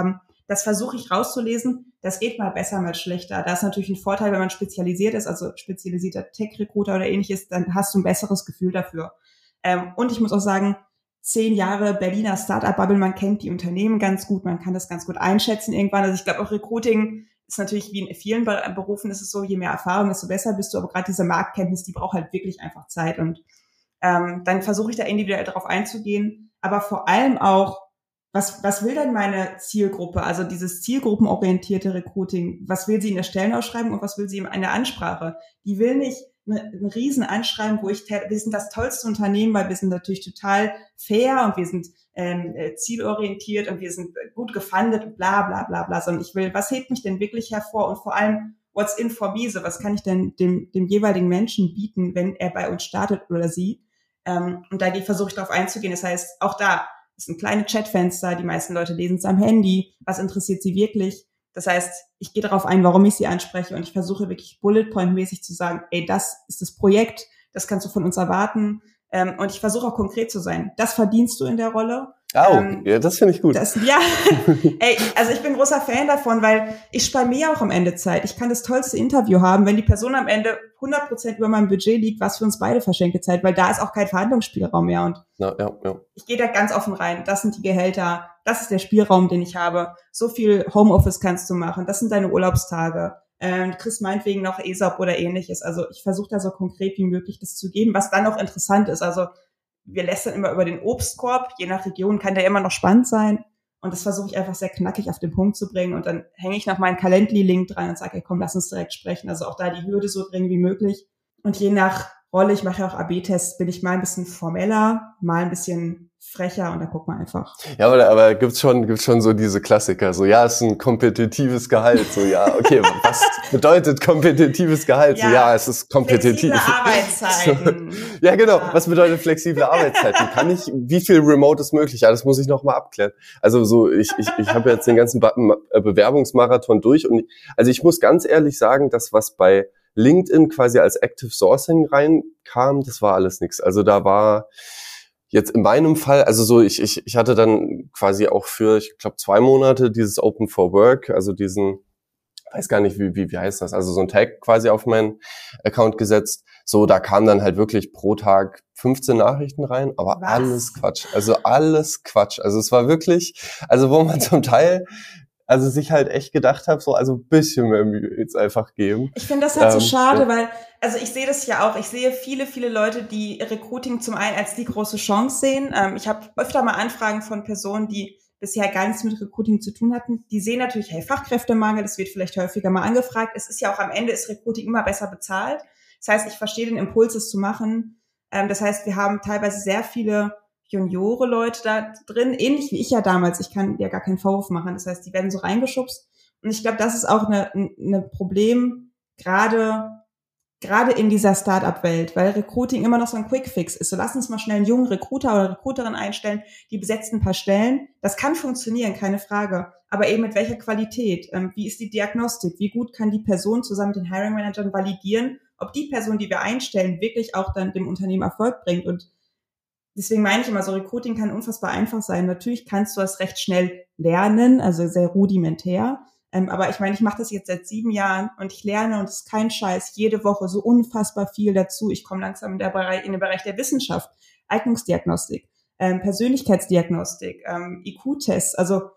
das versuche ich rauszulesen. Das geht mal besser, mal schlechter. Da ist natürlich ein Vorteil, wenn man spezialisiert ist, also spezialisierter Tech-Recruiter oder ähnliches, dann hast du ein besseres Gefühl dafür. Ähm, und ich muss auch sagen, zehn Jahre Berliner Startup-Bubble, man kennt die Unternehmen ganz gut, man kann das ganz gut einschätzen irgendwann. Also ich glaube auch Recruiting ist natürlich wie in vielen Berufen ist es so, je mehr Erfahrung, desto besser bist du. Aber gerade diese Marktkenntnis, die braucht halt wirklich einfach Zeit. Und ähm, dann versuche ich da individuell drauf einzugehen. Aber vor allem auch, was was will denn meine Zielgruppe? Also dieses zielgruppenorientierte Recruiting. Was will sie in der Stellenausschreibung und was will sie in der Ansprache? Die will nicht ein riesen Anschreiben, wo ich, wir sind das tollste Unternehmen, weil wir sind natürlich total fair und wir sind ähm, zielorientiert und wir sind gut gefundet und bla bla bla bla, sondern ich will, was hebt mich denn wirklich hervor und vor allem, what's in for me, so was kann ich denn dem, dem jeweiligen Menschen bieten, wenn er bei uns startet oder sie, ähm, und da versuche ich darauf einzugehen. Das heißt, auch da ist ein kleines Chatfenster, die meisten Leute lesen es am Handy, was interessiert sie wirklich? Das heißt, ich gehe darauf ein, warum ich sie anspreche und ich versuche wirklich Bullet-Point-mäßig zu sagen, ey, das ist das Projekt, das kannst du von uns erwarten, ähm, und ich versuche auch konkret zu sein. Das verdienst du in der Rolle. Oh, ähm, ja, das finde ich gut. Das, ja, ey, also ich bin großer Fan davon, weil ich spare mir auch am Ende Zeit. Ich kann das tollste Interview haben, wenn die Person am Ende hundert Prozent über meinem Budget liegt, was für uns beide verschenkte Zeit, weil da ist auch kein Verhandlungsspielraum mehr. Und ja, ja, ja. ich gehe da ganz offen rein. Das sind die Gehälter, das ist der Spielraum, den ich habe. So viel Homeoffice kannst du machen, das sind deine Urlaubstage. Ähm, du kriegst meinetwegen noch E S O P oder ähnliches. Also ich versuche da so konkret wie möglich das zu geben, was dann auch interessant ist. Also wir lästern immer über den Obstkorb. Je nach Region kann der immer noch spannend sein. Und das versuche ich einfach sehr knackig auf den Punkt zu bringen. Und dann hänge ich noch meinen Calendly-Link dran und sage, hey, komm, lass uns direkt sprechen. Also auch da die Hürde so gering wie möglich. Und je nach Rolle, ich mache ja auch A B Tests, bin ich mal ein bisschen formeller, mal ein bisschen frecher und da guckt man einfach. Ja, aber, aber gibt's schon, gibt's schon so diese Klassiker, so, ja, es ist ein kompetitives Gehalt, so, ja, okay, was bedeutet kompetitives Gehalt? Ja, so, ja, es ist kompetitiv. Flexible Arbeitszeiten. So, ja, genau, ja. Was bedeutet flexible Arbeitszeiten? Kann ich, wie viel Remote ist möglich? Ja, das muss ich noch mal abklären. Also so, ich, ich, ich habe jetzt den ganzen Bewerbungsmarathon durch und, also ich muss ganz ehrlich sagen, das, was bei LinkedIn quasi als Active Sourcing reinkam, das war alles nix. Also da war jetzt in meinem Fall, also so, ich ich ich hatte dann quasi auch für, ich glaube, zwei Monate dieses Open for Work, also diesen, weiß gar nicht, wie wie wie heißt das, also so ein Tag quasi auf meinen Account gesetzt. So, da kamen dann halt wirklich pro Tag fünfzehn Nachrichten rein, aber Was? alles Quatsch. Also alles Quatsch. Also es war wirklich, also wo man zum Teil also sich halt echt gedacht habe, so also ein bisschen mehr Mühe jetzt einfach geben. Ich finde das halt ähm, so schade, ja. weil, also ich sehe das ja auch, ich sehe viele, viele Leute, die Recruiting zum einen als die große Chance sehen. Ähm, ich habe öfter mal Anfragen von Personen, die bisher gar nichts mit Recruiting zu tun hatten. Die sehen natürlich, hey, Fachkräftemangel, das wird vielleicht häufiger mal angefragt. Es ist ja auch am Ende, ist Recruiting immer besser bezahlt. Das heißt, ich verstehe den Impuls, es zu machen. Ähm, das heißt, wir haben teilweise sehr viele Juniore-Leute da drin, ähnlich wie ich ja damals. Ich kann ja gar keinen Vorwurf machen. Das heißt, die werden so reingeschubst. Und ich glaube, das ist auch eine, eine Problem, gerade gerade in dieser Start-up-Welt, weil Recruiting immer noch so ein Quick-Fix ist. So, lass uns mal schnell einen jungen Recruiter oder Recruiterin einstellen, die besetzt ein paar Stellen. Das kann funktionieren, keine Frage. Aber eben mit welcher Qualität? Ähm, wie ist die Diagnostik? Wie gut kann die Person zusammen mit den Hiring-Managern validieren, ob die Person, die wir einstellen, wirklich auch dann dem Unternehmen Erfolg bringt? Und deswegen meine ich immer so, Recruiting kann unfassbar einfach sein. Natürlich kannst du das recht schnell lernen, also sehr rudimentär. Ähm, aber ich meine, ich mache das jetzt seit sieben Jahren und ich lerne, und es ist kein Scheiß, jede Woche so unfassbar viel dazu. Ich komme langsam in, der Bereich, in den Bereich der Wissenschaft, Eignungsdiagnostik, ähm, Persönlichkeitsdiagnostik, ähm, I Q-Tests. Also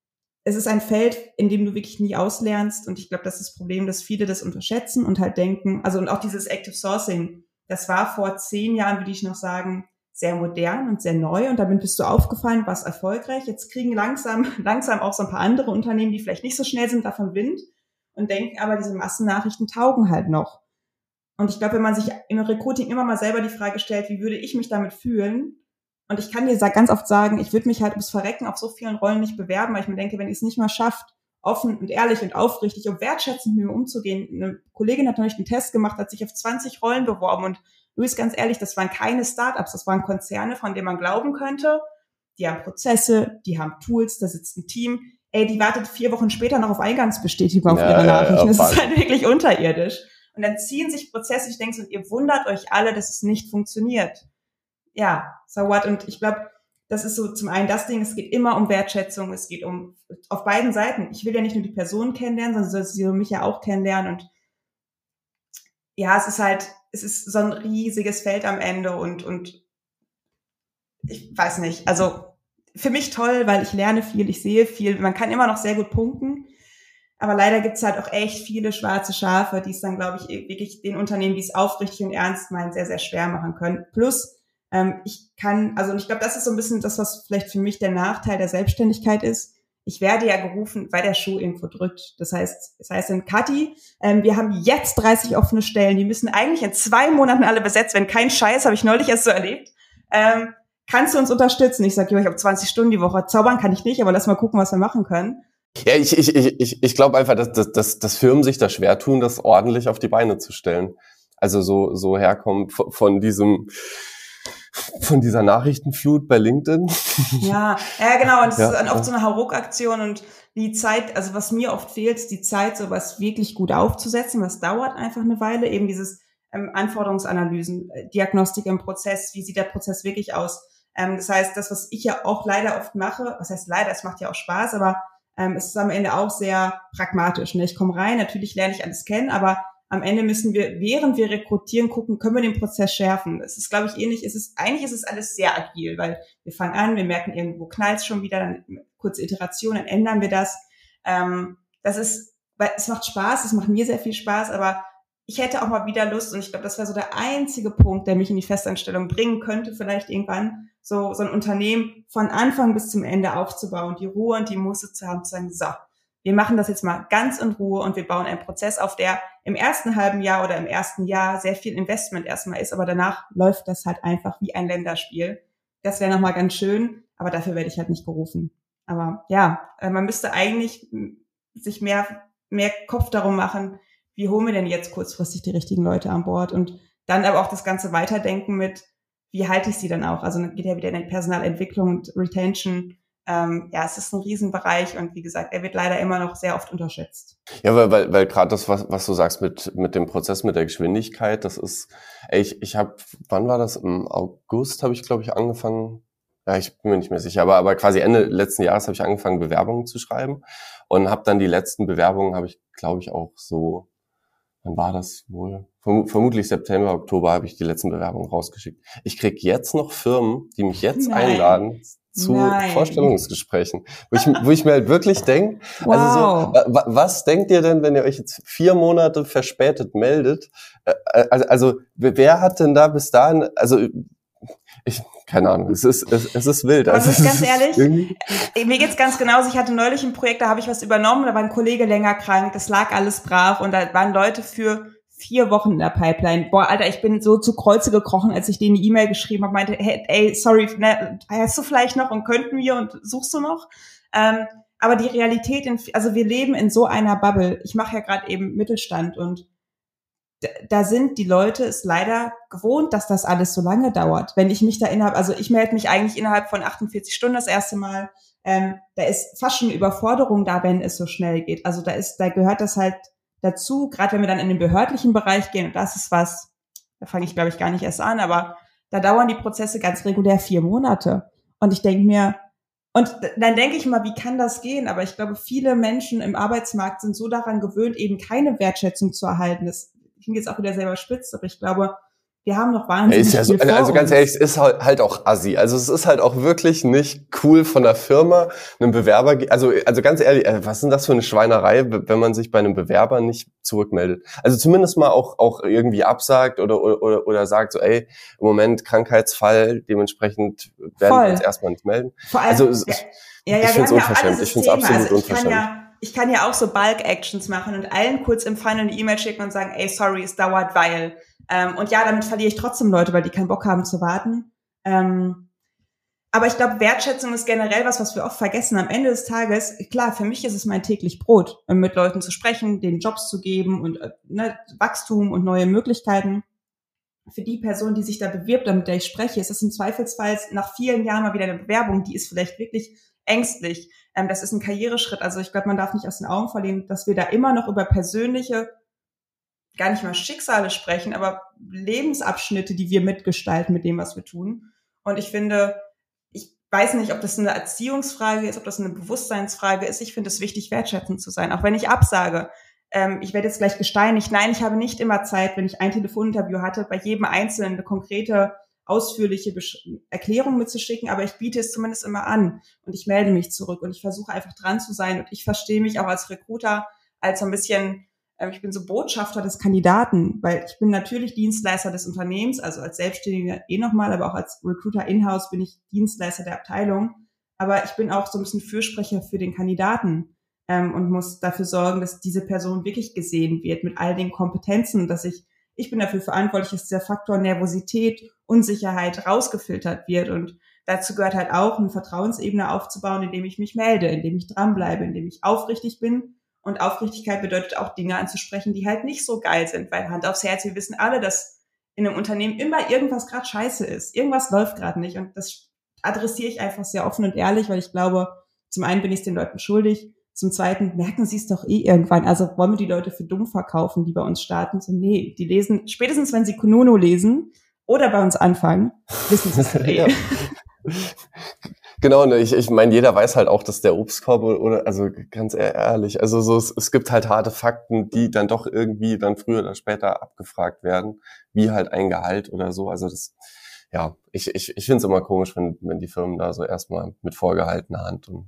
es ist ein Feld, in dem du wirklich nie auslernst. Und ich glaube, das ist das Problem, dass viele das unterschätzen und halt denken, also und auch dieses Active Sourcing, das war vor zehn Jahren, würde ich noch sagen, sehr modern und sehr neu, und damit bist du aufgefallen, warst erfolgreich. Jetzt kriegen langsam langsam auch so ein paar andere Unternehmen, die vielleicht nicht so schnell sind, davon Wind und denken, aber diese Massennachrichten taugen halt noch. Und ich glaube, wenn man sich im Recruiting immer mal selber die Frage stellt, wie würde ich mich damit fühlen? Und ich kann dir ganz oft sagen, ich würde mich halt ums Verrecken auf so vielen Rollen nicht bewerben, weil ich mir denke, wenn ihr es nicht mal schafft, offen und ehrlich und aufrichtig und wertschätzend mit mir umzugehen. Eine Kollegin hat neulich einen Test gemacht, hat sich auf zwanzig Rollen beworben, und Luis, ganz ehrlich, das waren keine Startups, das waren Konzerne, von denen man glauben könnte, die haben Prozesse, die haben Tools, da sitzt ein Team. Ey, die wartet vier Wochen später noch auf Eingangsbestätigung auf ja, ihre Nachrichten. Ja, ja, das ist halt wirklich unterirdisch. Und dann ziehen sich Prozesse, ich denke so, ihr wundert euch alle, dass es nicht funktioniert. Ja, so what? Und ich glaube, das ist so zum einen das Ding, es geht immer um Wertschätzung, es geht um, auf beiden Seiten. Ich will ja nicht nur die Person kennenlernen, sondern sie soll mich ja auch kennenlernen und ja, es ist halt, es ist so ein riesiges Feld am Ende und, und ich weiß nicht, also für mich toll, weil ich lerne viel, ich sehe viel, man kann immer noch sehr gut punkten, aber leider gibt's halt auch echt viele schwarze Schafe, die es dann, glaube ich, wirklich den Unternehmen, die es aufrichtig und ernst meinen, sehr, sehr schwer machen können. Plus, ähm, ich kann, also und ich glaube, das ist so ein bisschen das, was vielleicht für mich der Nachteil der Selbstständigkeit ist. Ich werde ja gerufen, weil der Schuh irgendwo drückt. Das heißt, das heißt in Kathi, ähm, wir haben jetzt dreißig offene Stellen, die müssen eigentlich in zwei Monaten alle besetzt werden. Kein Scheiß, habe ich neulich erst so erlebt. Ähm, kannst du uns unterstützen? Ich sage, ich habe zwanzig Stunden die Woche. Zaubern kann ich nicht, aber lass mal gucken, was wir machen können. Ja, ich, ich, ich, ich, ich glaube einfach, dass, dass, dass, dass Firmen sich da schwer tun, das ordentlich auf die Beine zu stellen. Also so, so herkommen von, von diesem, von dieser Nachrichtenflut bei LinkedIn. Ja, ja, genau. Und es ja, ist dann oft ja. so eine Hauruck-Aktion und die Zeit, also was mir oft fehlt, ist die Zeit, sowas wirklich gut aufzusetzen. Was dauert einfach eine Weile. Eben dieses ähm, Anforderungsanalysen, äh, Diagnostik im Prozess, wie sieht der Prozess wirklich aus? Ähm, das heißt, das, was ich ja auch leider oft mache, was heißt leider, es macht ja auch Spaß, aber ähm, es ist am Ende auch sehr pragmatisch. Ne? Ich komme rein, natürlich lerne ich alles kennen, aber am Ende müssen wir, während wir rekrutieren, gucken, können wir den Prozess schärfen. Es ist, glaube ich, ähnlich. Es ist, eigentlich ist es alles sehr agil, weil wir fangen an, wir merken, irgendwo knallt es schon wieder, dann kurze Iteration, dann ändern wir das. Ähm, das ist, weil es macht Spaß, es macht mir sehr viel Spaß, aber ich hätte auch mal wieder Lust und ich glaube, das wäre so der einzige Punkt, der mich in die Festanstellung bringen könnte, vielleicht irgendwann, so, so ein Unternehmen von Anfang bis zum Ende aufzubauen, die Ruhe und die Muße zu haben, zu sagen, so, wir machen das jetzt mal ganz in Ruhe und wir bauen einen Prozess auf, der im ersten halben Jahr oder im ersten Jahr sehr viel Investment erstmal ist, aber danach läuft das halt einfach wie ein Länderspiel. Das wäre nochmal ganz schön, aber dafür werde ich halt nicht gerufen. Aber ja, man müsste eigentlich sich mehr, mehr Kopf darum machen, wie holen wir denn jetzt kurzfristig die richtigen Leute an Bord und dann aber auch das Ganze weiterdenken mit, wie halte ich sie dann auch? Also dann geht ja wieder in die Personalentwicklung und Retention. Ähm, ja, es ist ein Riesenbereich und wie gesagt, er wird leider immer noch sehr oft unterschätzt. Ja, weil, weil, weil gerade das, was, was du sagst mit, mit dem Prozess, mit der Geschwindigkeit, das ist, ey, ich, ich habe, wann war das? Im August habe ich, glaube ich, angefangen, ja, ich bin mir nicht mehr sicher, aber, aber quasi Ende letzten Jahres habe ich angefangen, Bewerbungen zu schreiben und habe dann die letzten Bewerbungen, habe ich, glaube ich, auch so, wann war das wohl? Verm- vermutlich September, Oktober habe ich die letzten Bewerbungen rausgeschickt. Ich krieg jetzt noch Firmen, die mich jetzt Nein. einladen zu Nein. Vorstellungsgesprächen, wo ich, wo ich mir halt wirklich denke, Wow. also so, wa- was denkt ihr denn, wenn ihr euch jetzt vier Monate verspätet meldet? Äh, Also, also wer hat denn da bis dahin, also ich, keine Ahnung, es ist, es, es ist wild. Aber Also, es ist ganz es ehrlich, irgendwie- mir geht's ganz genauso. Ich hatte neulich ein Projekt, da habe ich was übernommen, da war ein Kollege länger krank, das lag alles brach und da waren Leute für vier Wochen in der Pipeline. Boah, Alter, ich bin so zu Kreuze gekrochen, als ich denen eine E-Mail geschrieben habe, meinte, hey, ey, sorry, ne, hast du vielleicht noch und könnten wir und suchst du noch? Ähm, aber die Realität, in, also wir leben in so einer Bubble. Ich mache ja gerade eben Mittelstand und da sind die Leute es leider gewohnt, dass das alles so lange dauert. Wenn ich mich da innerhalb, also ich melde mich eigentlich innerhalb von achtundvierzig Stunden das erste Mal, ähm, da ist fast schon Überforderung da, wenn es so schnell geht. Also da ist, da gehört das halt dazu, gerade wenn wir dann in den behördlichen Bereich gehen, und das ist was, da fange ich glaube ich gar nicht erst an, aber da dauern die Prozesse ganz regulär vier Monate. Und ich denke mir, und dann denke ich mal, wie kann das gehen? Aber ich glaube, viele Menschen im Arbeitsmarkt sind so daran gewöhnt, eben keine Wertschätzung zu erhalten. Das klingt jetzt auch wieder selber spitz, aber ich glaube, wir haben noch wahnsinnig ist ja so, viel vor also ganz uns. ehrlich, es ist halt, halt auch assi. Also es ist halt auch wirklich nicht cool von der Firma, einem Bewerber, also, also ganz ehrlich, was ist denn das für eine Schweinerei, wenn man sich bei einem Bewerber nicht zurückmeldet? Also zumindest mal auch, auch irgendwie absagt oder, oder, oder sagt so, ey, im Moment Krankheitsfall, dementsprechend werden Voll. wir uns erstmal nicht melden. Vor allem, Also es, ja, ja, ja, ich wir finde es haben ja auch alle unverschämt. Ich finde es Systeme. absolut Also ich kann unverschämt. ja, ich kann ja auch so Bulk-Actions machen und allen kurz im Funnel eine E-Mail schicken und sagen, ey, sorry, es dauert, weil. Ähm, und ja, damit verliere ich trotzdem Leute, weil die keinen Bock haben zu warten. Ähm, aber ich glaube, Wertschätzung ist generell was, was wir oft vergessen. Am Ende des Tages, klar, für mich ist es mein täglich Brot, mit Leuten zu sprechen, denen Jobs zu geben und ne, Wachstum und neue Möglichkeiten. Für die Person, die sich da bewirbt, mit der ich spreche, ist es im Zweifelsfall nach vielen Jahren mal wieder eine Bewerbung, die ist vielleicht wirklich ängstlich. Ähm, das ist ein Karriereschritt. Also ich glaube, man darf nicht aus den Augen verlieren, dass wir da immer noch über persönliche, gar nicht mal Schicksale sprechen, aber Lebensabschnitte, die wir mitgestalten mit dem, was wir tun. Und ich finde, ich weiß nicht, ob das eine Erziehungsfrage ist, ob das eine Bewusstseinsfrage ist. Ich finde es wichtig, wertschätzend zu sein. Auch wenn ich absage. Ähm, ich werde jetzt gleich gesteinigt. Nein, ich habe nicht immer Zeit, wenn ich ein Telefoninterview hatte, bei jedem Einzelnen eine konkrete, ausführliche Besch- Erklärung mitzuschicken. Aber ich biete es zumindest immer an und ich melde mich zurück und ich versuche einfach dran zu sein. Und ich verstehe mich auch als Recruiter als so ein bisschen, äh, ich bin so Botschafter des Kandidaten, weil ich bin natürlich Dienstleister des Unternehmens, also als Selbstständiger eh nochmal, aber auch als Recruiter in-house bin ich Dienstleister der Abteilung. Aber ich bin auch so ein bisschen Fürsprecher für den Kandidaten ähm, und muss dafür sorgen, dass diese Person wirklich gesehen wird mit all den Kompetenzen, dass ich, ich bin dafür verantwortlich, dass dieser Faktor Nervosität, Unsicherheit rausgefiltert wird. Und dazu gehört halt auch, eine Vertrauensebene aufzubauen, indem ich mich melde, indem ich dranbleibe, indem ich aufrichtig bin. Und Aufrichtigkeit bedeutet auch, Dinge anzusprechen, die halt nicht so geil sind, weil Hand aufs Herz, wir wissen alle, dass in einem Unternehmen immer irgendwas gerade scheiße ist. Irgendwas läuft gerade nicht und das adressiere ich einfach sehr offen und ehrlich, weil ich glaube, zum einen bin ich es den Leuten schuldig, zum zweiten merken sie es doch eh irgendwann. Also wollen wir die Leute für dumm verkaufen, die bei uns starten? So, nee, die lesen, spätestens wenn sie Kununu lesen oder bei uns anfangen, wissen sie es eh. Ja. Genau, ne, ich, ich meine, jeder weiß halt auch, dass der Obstkorb oder, also ganz ehrlich, also so, es, es gibt halt harte Fakten, die dann doch irgendwie dann früher oder später abgefragt werden, wie halt ein Gehalt oder so. Also das, ja, ich, ich, ich finde es immer komisch, wenn, wenn die Firmen da so erstmal mit vorgehaltener Hand und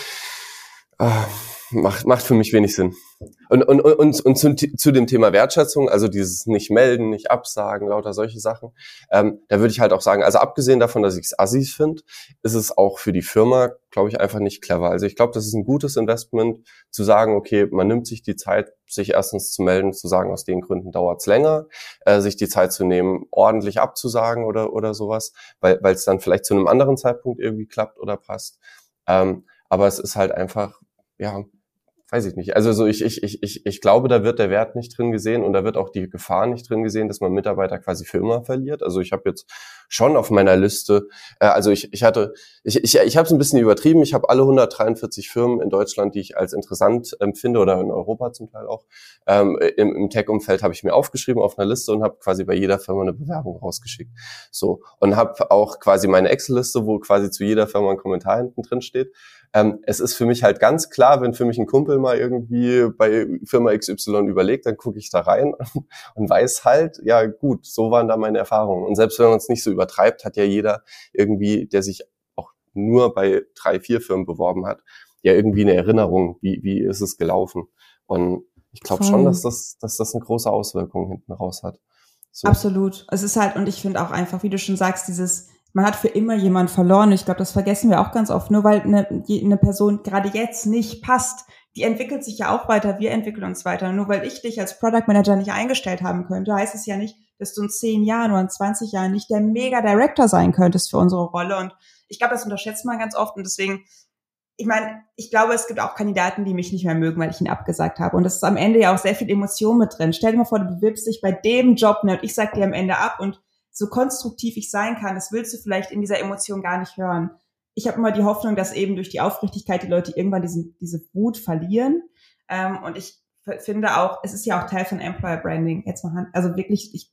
äh, macht, macht für mich wenig Sinn. Und, und, und, und zu, zu dem Thema Wertschätzung, also dieses nicht melden, nicht absagen, lauter solche Sachen, ähm, da würde ich halt auch sagen, also abgesehen davon, dass ich es assis finde, ist es auch für die Firma, glaube ich, einfach nicht clever. Also ich glaube, das ist ein gutes Investment, zu sagen, okay, man nimmt sich die Zeit, sich erstens zu melden, zu sagen, aus den Gründen dauert es länger, äh, sich die Zeit zu nehmen, ordentlich abzusagen oder oder sowas, weil weil es dann vielleicht zu einem anderen Zeitpunkt irgendwie klappt oder passt. Ähm, aber es ist halt einfach, ja, weiß ich nicht. Also so ich ich ich ich ich glaube, da wird der Wert nicht drin gesehen und da wird auch die Gefahr nicht drin gesehen, dass man Mitarbeiter quasi für immer verliert. Also ich habe jetzt schon auf meiner Liste, äh, also ich ich hatte ich ich ich habe es ein bisschen übertrieben. Ich habe alle hundertdreiundvierzig Firmen in Deutschland, die ich als interessant empfinde oder in Europa zum Teil auch ähm, im, im Tech-Umfeld habe ich mir aufgeschrieben auf einer Liste und habe quasi bei jeder Firma eine Bewerbung rausgeschickt. So und habe auch quasi meine Excel-Liste, wo quasi zu jeder Firma ein Kommentar hinten drin steht. Ähm, es ist für mich halt ganz klar, wenn für mich ein Kumpel mal irgendwie bei Firma X Y überlegt, dann gucke ich da rein und weiß halt, ja gut, so waren da meine Erfahrungen. Und selbst wenn man es nicht so übertreibt, hat ja jeder irgendwie, der sich auch nur bei drei, vier Firmen beworben hat, ja irgendwie eine Erinnerung, wie wie ist es gelaufen. Und ich glaube schon, dass das, dass das eine große Auswirkung hinten raus hat. So. Absolut. Es ist halt, und ich finde auch einfach, wie du schon sagst, dieses, man hat für immer jemand verloren. Ich glaube, das vergessen wir auch ganz oft. Nur weil eine, eine Person gerade jetzt nicht passt, die entwickelt sich ja auch weiter, wir entwickeln uns weiter. Nur weil ich dich als Product Manager nicht eingestellt haben könnte, heißt es ja nicht, dass du in zehn Jahren oder in zwanzig Jahren nicht der Mega-Director sein könntest für unsere Rolle. Und ich glaube, das unterschätzt man ganz oft. Und deswegen, ich meine, ich glaube, es gibt auch Kandidaten, die mich nicht mehr mögen, weil ich ihn abgesagt habe. Und das ist am Ende ja auch sehr viel Emotion mit drin. Stell dir mal vor, du bewirbst dich bei dem Job, ne, und ich sag dir am Ende ab und so konstruktiv ich sein kann, das willst du vielleicht in dieser Emotion gar nicht hören. Ich habe immer die Hoffnung, dass eben durch die Aufrichtigkeit die Leute irgendwann diesen, diese Wut verlieren. Ähm, und ich f- finde auch, es ist ja auch Teil von Employer Branding. Jetzt mal Hand, also wirklich, ich,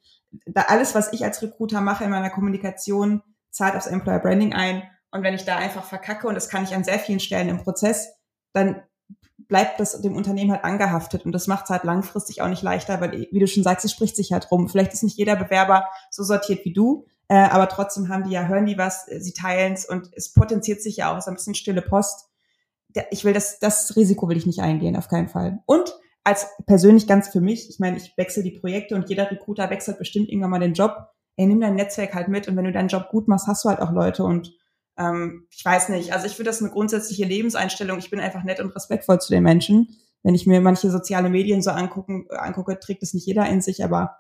da alles, was ich als Recruiter mache in meiner Kommunikation, zahlt aufs Employer Branding ein. Und wenn ich da einfach verkacke, und das kann ich an sehr vielen Stellen im Prozess, dann bleibt das dem Unternehmen halt angehaftet. Und das macht es halt langfristig auch nicht leichter, weil, wie du schon sagst, es spricht sich halt rum. Vielleicht ist nicht jeder Bewerber so sortiert wie du, äh, aber trotzdem haben die ja, hören die was, sie teilen es und es potenziert sich ja auch, es ist ein bisschen stille Post. Ich will das, das Risiko will ich nicht eingehen, auf keinen Fall. Und als persönlich ganz für mich, ich meine, ich wechsle die Projekte und jeder Recruiter wechselt bestimmt irgendwann mal den Job. Ey, nimm dein Netzwerk halt mit und wenn du deinen Job gut machst, hast du halt auch Leute und Ähm, ich weiß nicht, also ich finde das eine grundsätzliche Lebenseinstellung. Ich bin einfach nett und respektvoll zu den Menschen. Wenn ich mir manche soziale Medien so angucken, angucke, trägt es nicht jeder in sich, aber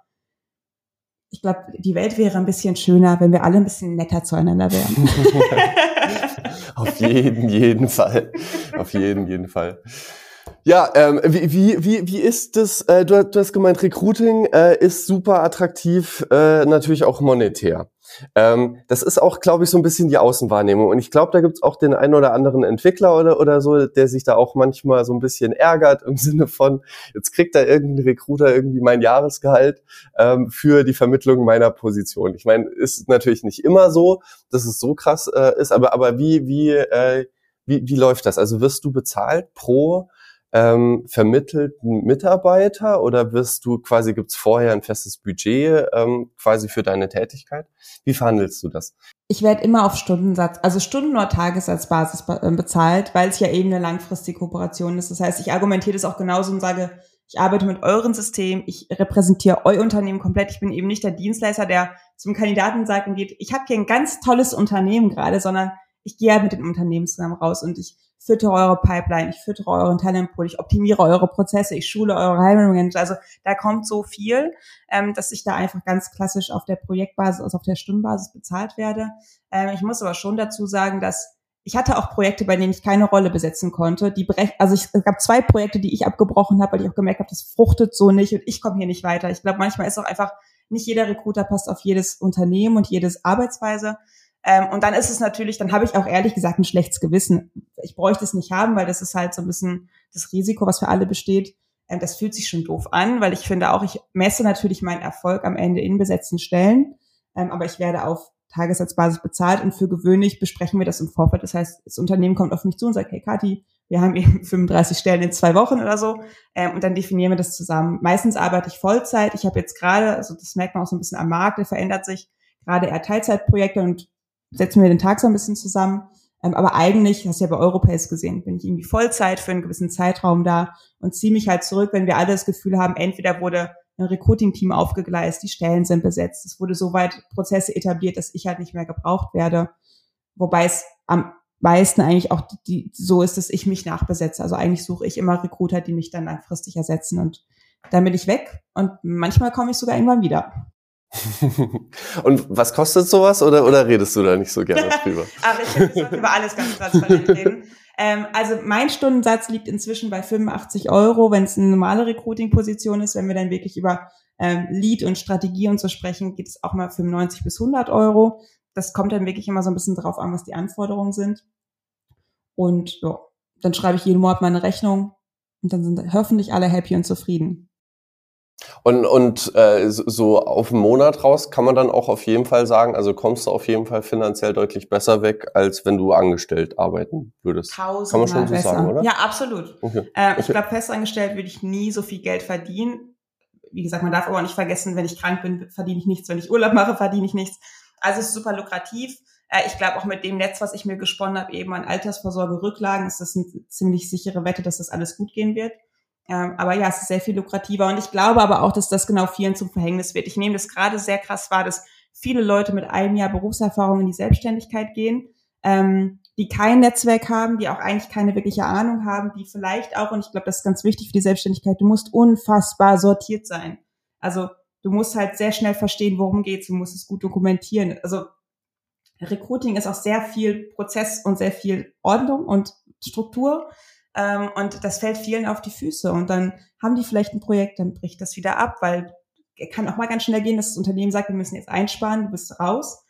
ich glaube, die Welt wäre ein bisschen schöner, wenn wir alle ein bisschen netter zueinander wären. Auf jeden, jeden Fall. Auf jeden, jeden Fall. Ja, ähm, wie, wie, wie, wie ist das, äh, du, du hast gemeint, Recruiting äh, ist super attraktiv, äh, natürlich auch monetär. Ähm, das ist auch, glaube ich, so ein bisschen die Außenwahrnehmung. Und ich glaube, da gibt's auch den einen oder anderen Entwickler oder, oder so, der sich da auch manchmal so ein bisschen ärgert im Sinne von, jetzt kriegt da irgendein Recruiter irgendwie mein Jahresgehalt ähm, für die Vermittlung meiner Position. Ich meine, ist natürlich nicht immer so, dass es so krass äh, ist, aber, aber wie, wie, äh, wie, wie läuft das? Also wirst du bezahlt pro Ähm, vermittelten Mitarbeiter oder wirst du quasi, gibt's vorher ein festes Budget ähm, quasi für deine Tätigkeit? Wie verhandelst du das? Ich werde immer auf Stundensatz, also Stunden- oder Tagessatzbasis be- äh, bezahlt, weil es ja eben eine langfristige Kooperation ist. Das heißt, ich argumentiere das auch genauso und sage, ich arbeite mit euren System, ich repräsentiere euer Unternehmen komplett. Ich bin eben nicht der Dienstleister, der zum Kandidaten sagt und geht, ich habe hier ein ganz tolles Unternehmen gerade, sondern ich gehe halt mit dem Unternehmen zusammen raus und ich füttere eure Pipeline, ich füttere euren Talentpool, ich optimiere eure Prozesse, ich schule eure Hiring Manager. Also da kommt so viel, ähm, dass ich da einfach ganz klassisch auf der Projektbasis, also auf der Stundenbasis bezahlt werde. Ähm, ich muss aber schon dazu sagen, dass ich hatte auch Projekte, bei denen ich keine Rolle besetzen konnte. Die brech, also ich, es gab zwei Projekte, die ich abgebrochen habe, weil ich auch gemerkt habe, das fruchtet so nicht und ich komme hier nicht weiter. Ich glaube, manchmal ist auch einfach, nicht jeder Recruiter passt auf jedes Unternehmen und jedes Arbeitsweise. Ähm, und dann ist es natürlich, dann habe ich auch ehrlich gesagt ein schlechtes Gewissen. Ich bräuchte es nicht haben, weil das ist halt so ein bisschen das Risiko, was für alle besteht. Ähm, das fühlt sich schon doof an, weil ich finde auch, ich messe natürlich meinen Erfolg am Ende in besetzten Stellen, ähm, aber ich werde auf Tagessatzbasis bezahlt und für gewöhnlich besprechen wir das im Vorfeld. Das heißt, das Unternehmen kommt auf mich zu und sagt, hey Kathi, wir haben eben fünfunddreißig Stellen in zwei Wochen oder so, ähm, und dann definieren wir das zusammen. Meistens arbeite ich Vollzeit. Ich habe jetzt gerade, also das merkt man auch so ein bisschen am Markt, der verändert sich, gerade eher Teilzeitprojekte und setzen wir den Tag so ein bisschen zusammen. Ähm, aber eigentlich, hast du ja bei Europace gesehen, bin ich irgendwie Vollzeit für einen gewissen Zeitraum da und ziehe mich halt zurück, wenn wir alle das Gefühl haben, entweder wurde ein Recruiting-Team aufgegleist, die Stellen sind besetzt, es wurde soweit Prozesse etabliert, dass ich halt nicht mehr gebraucht werde. Wobei es am meisten eigentlich auch die, die, so ist, dass ich mich nachbesetze. Also eigentlich suche ich immer Recruiter, die mich dann langfristig ersetzen und dann bin ich weg und manchmal komme ich sogar irgendwann wieder. Und was kostet sowas oder, oder redest du da nicht so gerne drüber? Aber ich finde, wir sollten über alles ganz transparent reden. Ähm, also mein Stundensatz liegt inzwischen bei fünfundachtzig Euro, wenn es eine normale Recruiting-Position ist. Wenn wir dann wirklich über ähm, Lead und Strategie und so sprechen, geht es auch mal fünfundneunzig bis hundert Euro. Das kommt dann wirklich immer so ein bisschen drauf an, was die Anforderungen sind. Und ja, dann schreibe ich jeden Monat meine Rechnung und dann sind hoffentlich alle happy und zufrieden. Und, und äh, so auf einen Monat raus kann man dann auch auf jeden Fall sagen, also kommst du auf jeden Fall finanziell deutlich besser weg, als wenn du angestellt arbeiten würdest. Tausendmal kann man schon so besser. sagen, oder? Ja, absolut. Okay. Äh, ich Okay. glaube, festangestellt würde ich nie so viel Geld verdienen. Wie gesagt, man darf aber nicht vergessen, wenn ich krank bin, verdiene ich nichts. Wenn ich Urlaub mache, verdiene ich nichts. Also es ist super lukrativ. Äh, ich glaube auch mit dem Netz, was ich mir gesponnen habe, eben an Altersvorsorge, Rücklagen, ist das eine ziemlich sichere Wette, dass das alles gut gehen wird. Ähm, aber ja, es ist sehr viel lukrativer. Und ich glaube aber auch, dass das genau vielen zum Verhängnis wird. Ich nehme das gerade sehr krass wahr, dass viele Leute mit einem Jahr Berufserfahrung in die Selbstständigkeit gehen, ähm, die kein Netzwerk haben, die auch eigentlich keine wirkliche Ahnung haben, die vielleicht auch, und ich glaube, das ist ganz wichtig für die Selbstständigkeit, du musst unfassbar sortiert sein. Also du musst halt sehr schnell verstehen, worum geht's, du musst es gut dokumentieren. Also Recruiting ist auch sehr viel Prozess und sehr viel Ordnung und Struktur. Ähm, und das fällt vielen auf die Füße. Und dann haben die vielleicht ein Projekt, dann bricht das wieder ab, weil es kann auch mal ganz schnell gehen, dass das Unternehmen sagt, wir müssen jetzt einsparen, du bist raus.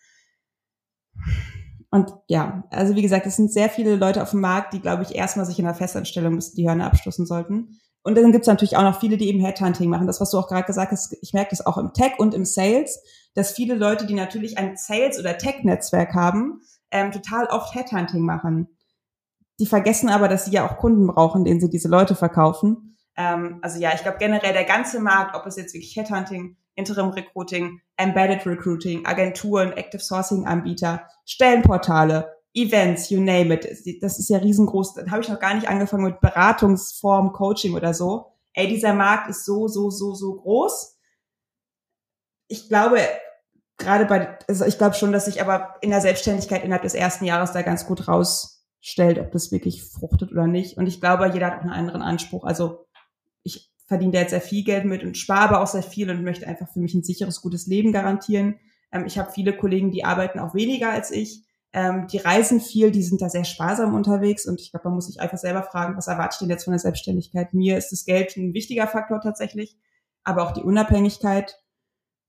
Und ja, also wie gesagt, es sind sehr viele Leute auf dem Markt, die, glaube ich, erstmal sich in einer Festanstellung die Hörner abstoßen sollten. Und dann gibt es natürlich auch noch viele, die eben Headhunting machen. Das, was du auch gerade gesagt hast, ich merke das auch im Tech und im Sales, dass viele Leute, die natürlich ein Sales- oder Tech-Netzwerk haben, ähm, total oft Headhunting machen. Die vergessen aber, dass sie ja auch Kunden brauchen, denen sie diese Leute verkaufen. Ähm, also ja, ich glaube generell der ganze Markt, ob es jetzt wirklich Headhunting, Interim Recruiting, Embedded Recruiting, Agenturen, Active Sourcing Anbieter, Stellenportale, Events, you name it. Das ist ja riesengroß. Dann habe ich noch gar nicht angefangen mit Beratungsform, Coaching oder so. Ey, dieser Markt ist so, so, so, so groß. Ich glaube, gerade bei, also ich glaube schon, dass sich aber in der Selbstständigkeit innerhalb des ersten Jahres da ganz gut rausstellt, ob das wirklich fruchtet oder nicht. Und ich glaube, jeder hat auch einen anderen Anspruch. Also ich verdiene da jetzt sehr viel Geld mit und spare aber auch sehr viel und möchte einfach für mich ein sicheres, gutes Leben garantieren. Ähm, ich habe viele Kollegen, die arbeiten auch weniger als ich. Ähm, die reisen viel, die sind da sehr sparsam unterwegs und ich glaube, man muss sich einfach selber fragen, was erwarte ich denn jetzt von der Selbstständigkeit? Mir ist das Geld ein wichtiger Faktor tatsächlich, aber auch die Unabhängigkeit.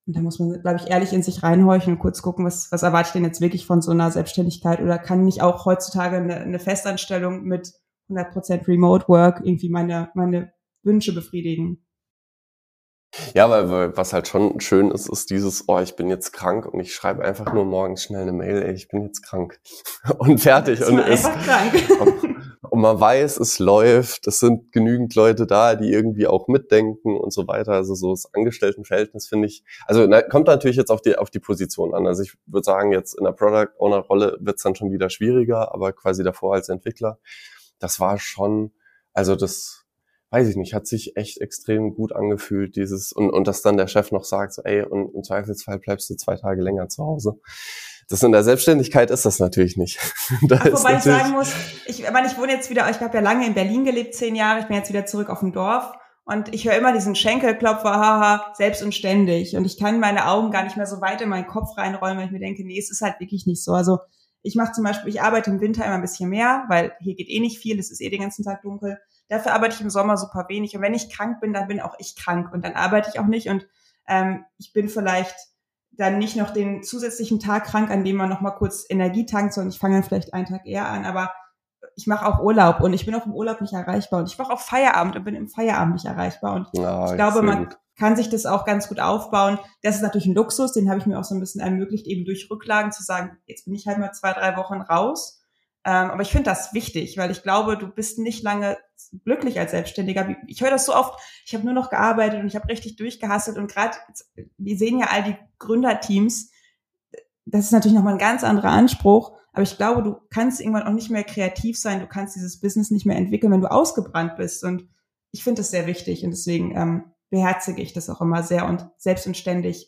Und da muss man, glaube ich, ehrlich in sich reinhorchen und kurz gucken, was, was erwarte ich denn jetzt wirklich von so einer Selbstständigkeit? Oder kann nicht auch heutzutage eine, eine Festanstellung mit hundert Prozent Remote Work irgendwie meine, meine Wünsche befriedigen? Ja, weil, weil was halt schon schön ist, ist dieses, oh, ich bin jetzt krank und ich schreibe einfach nur morgens schnell eine Mail, ey, ich bin jetzt krank. Und fertig. Ist Und man es, einfach krank. und man weiß, es läuft, es sind genügend Leute da, die irgendwie auch mitdenken und so weiter. Also so das Angestelltenverhältnis finde ich, also na, kommt natürlich jetzt auf die auf die Position an. Also ich würde sagen, jetzt in der Product Owner Rolle wird es dann schon wieder schwieriger, aber quasi davor als Entwickler, das war schon, also das weiß ich nicht, hat sich echt extrem gut angefühlt, dieses, und, und dass dann der Chef noch sagt, so, ey, und im Zweifelsfall bleibst du zwei Tage länger zu Hause. Das in der Selbstständigkeit ist das natürlich nicht. Da Ach, wobei ist ich sagen muss, ich, ich meine, ich wohne jetzt wieder, ich habe ja lange in Berlin gelebt, zehn Jahre, ich bin jetzt wieder zurück auf dem Dorf und ich höre immer diesen Schenkelklopfer, haha, selbst und ständig, und ich kann meine Augen gar nicht mehr so weit in meinen Kopf reinräumen, weil ich mir denke, nee, es ist halt wirklich nicht so. Also ich mache zum Beispiel, ich arbeite im Winter immer ein bisschen mehr, weil hier geht eh nicht viel, es ist eh den ganzen Tag dunkel. Dafür arbeite ich im Sommer super wenig. Und wenn ich krank bin, dann bin auch ich krank. Und dann arbeite ich auch nicht. Und ähm, ich bin vielleicht dann nicht noch den zusätzlichen Tag krank, an dem man noch mal kurz Energie tankt, sondern ich fange dann vielleicht einen Tag eher an. Aber ich mache auch Urlaub und ich bin auch im Urlaub nicht erreichbar. Und ich mache auch Feierabend und bin im Feierabend nicht erreichbar. Und ja, ich glaube, man gut. kann sich das auch ganz gut aufbauen. Das ist natürlich ein Luxus, den habe ich mir auch so ein bisschen ermöglicht, eben durch Rücklagen zu sagen, jetzt bin ich halt mal zwei, drei Wochen raus. Ähm, aber ich finde das wichtig, weil ich glaube, du bist nicht lange glücklich als Selbstständiger. Ich höre das so oft, ich habe nur noch gearbeitet und ich habe richtig durchgehasselt. Und gerade, wir sehen ja all die Gründerteams, das ist natürlich nochmal ein ganz anderer Anspruch. Aber ich glaube, du kannst irgendwann auch nicht mehr kreativ sein, du kannst dieses Business nicht mehr entwickeln, wenn du ausgebrannt bist. Und ich finde das sehr wichtig und deswegen ähm, beherzige ich das auch immer sehr und selbst und ständig.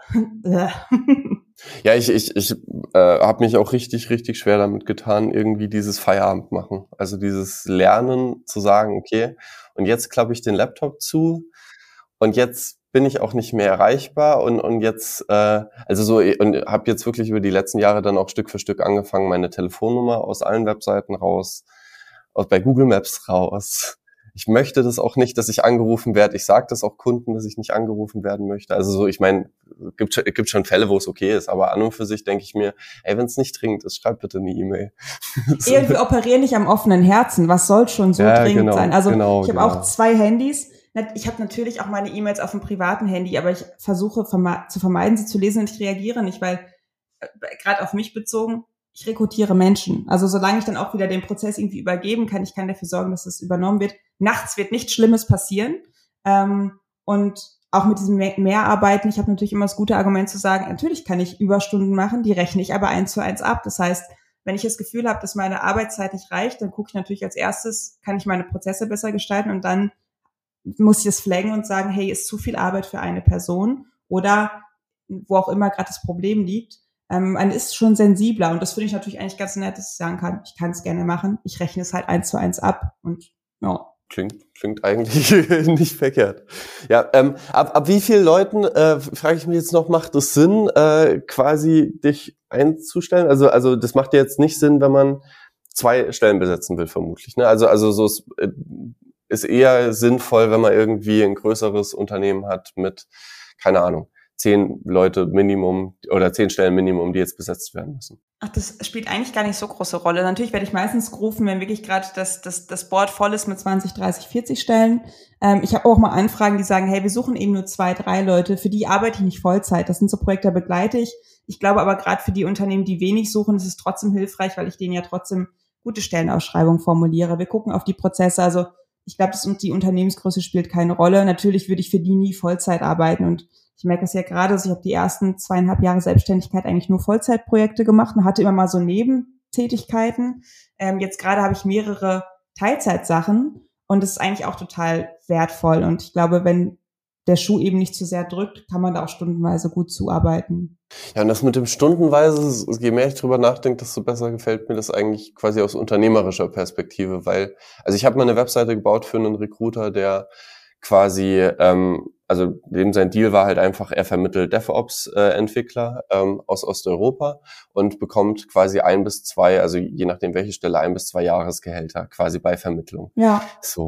Ja, ich ich ich äh, habe mich auch richtig richtig schwer damit getan, irgendwie dieses Feierabend machen. Also dieses Lernen zu sagen, okay, und jetzt klappe ich den Laptop zu und jetzt bin ich auch nicht mehr erreichbar und und jetzt äh, also so und habe jetzt wirklich über die letzten Jahre dann auch Stück für Stück angefangen, meine Telefonnummer aus allen Webseiten raus, aus bei Google Maps raus. Ich möchte das auch nicht, dass ich angerufen werde. Ich sage das auch Kunden, dass ich nicht angerufen werden möchte. Also so, ich meine, gibt schon, gibt schon Fälle, wo es okay ist, aber an und für sich denke ich mir, ey, wenn es nicht dringend ist, schreib bitte eine E-Mail. So. Wir operieren nicht am offenen Herzen. Was soll schon so ja, dringend genau, sein? Also genau, ich habe genau. auch zwei Handys. Ich habe natürlich auch meine E-Mails auf dem privaten Handy, aber ich versuche verme- zu vermeiden, sie zu lesen, und ich reagiere nicht, weil äh, gerade auf mich bezogen, ich rekrutiere Menschen. Also solange ich dann auch wieder den Prozess irgendwie übergeben kann, ich kann dafür sorgen, dass es übernommen wird. Nachts wird nichts Schlimmes passieren. Ähm, und auch mit diesem Mehrarbeiten, ich habe natürlich immer das gute Argument zu sagen, natürlich kann ich Überstunden machen, die rechne ich aber eins zu eins ab. Das heißt, wenn ich das Gefühl habe, dass meine Arbeitszeit nicht reicht, dann gucke ich natürlich als erstes, kann ich meine Prozesse besser gestalten, und dann muss ich es flaggen und sagen, hey, ist zu viel Arbeit für eine Person, oder wo auch immer gerade das Problem liegt. Ähm, man ist schon sensibler, und das finde ich natürlich eigentlich ganz nett, dass ich sagen kann, ich kann es gerne machen, ich rechne es halt eins zu eins ab, und ja. Klingt, klingt eigentlich nicht verkehrt. Ja, ähm, ab, ab wie vielen Leuten, äh, frage ich mich jetzt noch, macht es Sinn, äh, quasi dich einzustellen? Also, also das macht ja jetzt nicht Sinn, wenn man zwei Stellen besetzen will, vermutlich. Ne? Also, also so ist, äh, ist eher sinnvoll, wenn man irgendwie ein größeres Unternehmen hat mit, keine Ahnung, zehn Leute Minimum oder zehn Stellen Minimum, die jetzt besetzt werden müssen. Ach, das spielt eigentlich gar nicht so große Rolle. Natürlich werde ich meistens gerufen, wenn wirklich gerade das, das, das Board voll ist mit zwanzig, dreißig, vierzig Stellen. Ähm, ich habe auch mal Anfragen, die sagen, hey, wir suchen eben nur zwei, drei Leute. Für die arbeite ich nicht Vollzeit. Das sind so Projekte, da begleite ich. Ich glaube aber gerade für die Unternehmen, die wenig suchen, ist es trotzdem hilfreich, weil ich denen ja trotzdem gute Stellenausschreibungen formuliere. Wir gucken auf die Prozesse. Also ich glaube, das, die Unternehmensgröße spielt keine Rolle. Natürlich würde ich für die nie Vollzeit arbeiten, und ich merke es ja gerade, also ich habe die ersten zweieinhalb Jahre Selbstständigkeit eigentlich nur Vollzeitprojekte gemacht und hatte immer mal so Nebentätigkeiten. Ähm, jetzt gerade habe ich mehrere Teilzeitsachen, und das ist eigentlich auch total wertvoll. Und ich glaube, wenn der Schuh eben nicht zu sehr drückt, kann man da auch stundenweise gut zuarbeiten. Ja, und das mit dem stundenweise, je mehr ich drüber nachdenke, desto besser gefällt mir das eigentlich quasi aus unternehmerischer Perspektive, weil, also ich habe mal eine Webseite gebaut für einen Recruiter, der quasi, ähm, also dem sein Deal war halt einfach, er vermittelt DevOps-Entwickler äh, ähm, aus Osteuropa und bekommt quasi ein bis zwei, also je nachdem welche Stelle, ein bis zwei Jahresgehälter quasi bei Vermittlung. Ja. So.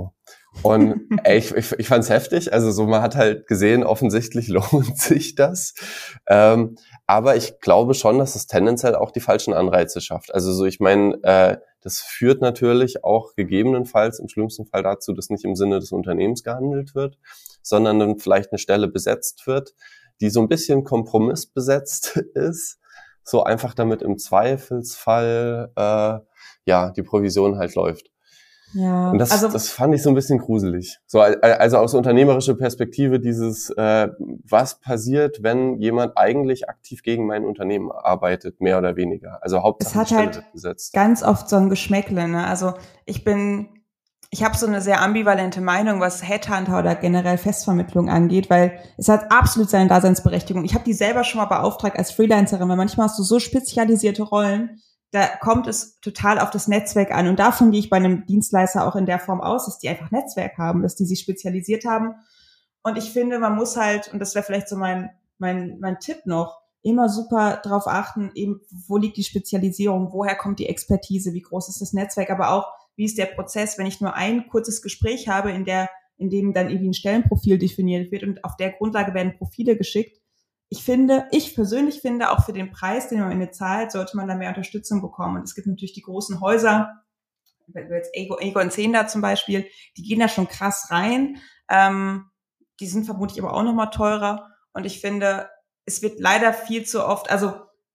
Und ey, ich, ich, ich fand's heftig. Also so, man hat halt gesehen, offensichtlich lohnt sich das. Ähm, aber ich glaube schon, dass es tendenziell auch die falschen Anreize schafft. Also so, ich meine, äh, das führt natürlich auch gegebenenfalls im schlimmsten Fall dazu, dass nicht im Sinne des Unternehmens gehandelt wird, sondern dann vielleicht eine Stelle besetzt wird, die so ein bisschen kompromissbesetzt ist. So einfach damit im Zweifelsfall äh, ja die Provision halt läuft. Ja, Und das, also das fand ich so ein bisschen gruselig. So, also aus unternehmerischer Perspektive dieses, äh, was passiert, wenn jemand eigentlich aktiv gegen mein Unternehmen arbeitet, mehr oder weniger. Also Hauptsache es hat die Stelle halt wird besetzt. ganz oft so ein Geschmäckle, ne? Also ich bin, ich habe so eine sehr ambivalente Meinung, was Headhunter oder generell Festvermittlung angeht, weil es hat absolut seine Daseinsberechtigung. Ich habe die selber schon mal beauftragt als Freelancerin, weil manchmal hast du so spezialisierte Rollen, da kommt es total auf das Netzwerk an. Und davon gehe ich bei einem Dienstleister auch in der Form aus, dass die einfach Netzwerk haben, dass die sich spezialisiert haben. Und ich finde, man muss halt, und das wäre vielleicht so mein, mein, mein Tipp noch, immer super darauf achten, eben, wo liegt die Spezialisierung, woher kommt die Expertise, wie groß ist das Netzwerk, aber auch, wie ist der Prozess, wenn ich nur ein kurzes Gespräch habe, in der, in dem dann irgendwie ein Stellenprofil definiert wird und auf der Grundlage werden Profile geschickt. Ich finde, ich persönlich finde, auch für den Preis, den man am Ende zahlt, sollte man da mehr Unterstützung bekommen. Und es gibt natürlich die großen Häuser, jetzt Egon Zehnder zum Beispiel, die gehen da schon krass rein. Ähm, die sind vermutlich aber auch nochmal teurer. Und ich finde, es wird leider viel zu oft, also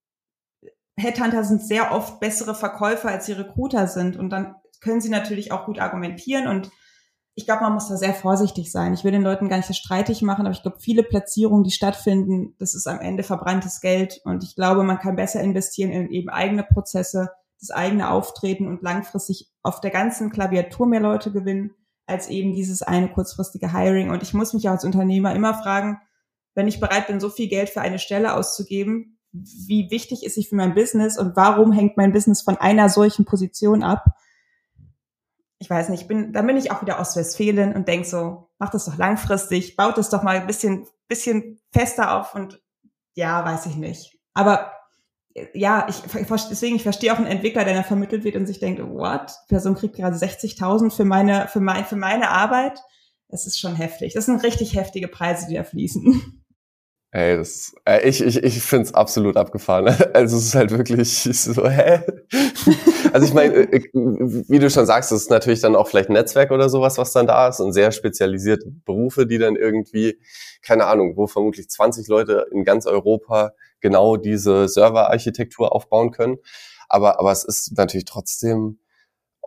Headhunter sind sehr oft bessere Verkäufer, als die Recruiter sind. Und dann können sie natürlich auch gut argumentieren. Und ich glaube, man muss da sehr vorsichtig sein. Ich will den Leuten gar nicht das streitig machen, aber ich glaube, viele Platzierungen, die stattfinden, das ist am Ende verbranntes Geld. Und ich glaube, man kann besser investieren in eben eigene Prozesse, das eigene Auftreten und langfristig auf der ganzen Klaviatur mehr Leute gewinnen, als eben dieses eine kurzfristige Hiring. Und ich muss mich als Unternehmer immer fragen, wenn ich bereit bin, so viel Geld für eine Stelle auszugeben, wie wichtig ist sie für mein Business und warum hängt mein Business von einer solchen Position ab? Ich weiß nicht, ich bin, dann bin ich auch wieder Ostwestfalen und denk so, mach das doch langfristig, baut das doch mal ein bisschen, bisschen fester auf und ja, weiß ich nicht. Aber ja, ich, deswegen, ich verstehe auch einen Entwickler, der dann vermittelt wird und sich denkt, what? Die Person kriegt gerade sechzigtausend für meine, für mein, für meine Arbeit. Das ist schon heftig. Das sind richtig heftige Preise, die da fließen. Ey, das, äh, ich, ich, ich find's absolut abgefahren. Also es ist halt wirklich so, hä? Also ich meine, wie du schon sagst, es ist natürlich dann auch vielleicht ein Netzwerk oder sowas, was dann da ist und sehr spezialisierte Berufe, die dann irgendwie, keine Ahnung, wo vermutlich zwanzig Leute in ganz Europa genau diese Serverarchitektur aufbauen können. Aber, aber es ist natürlich trotzdem, oh,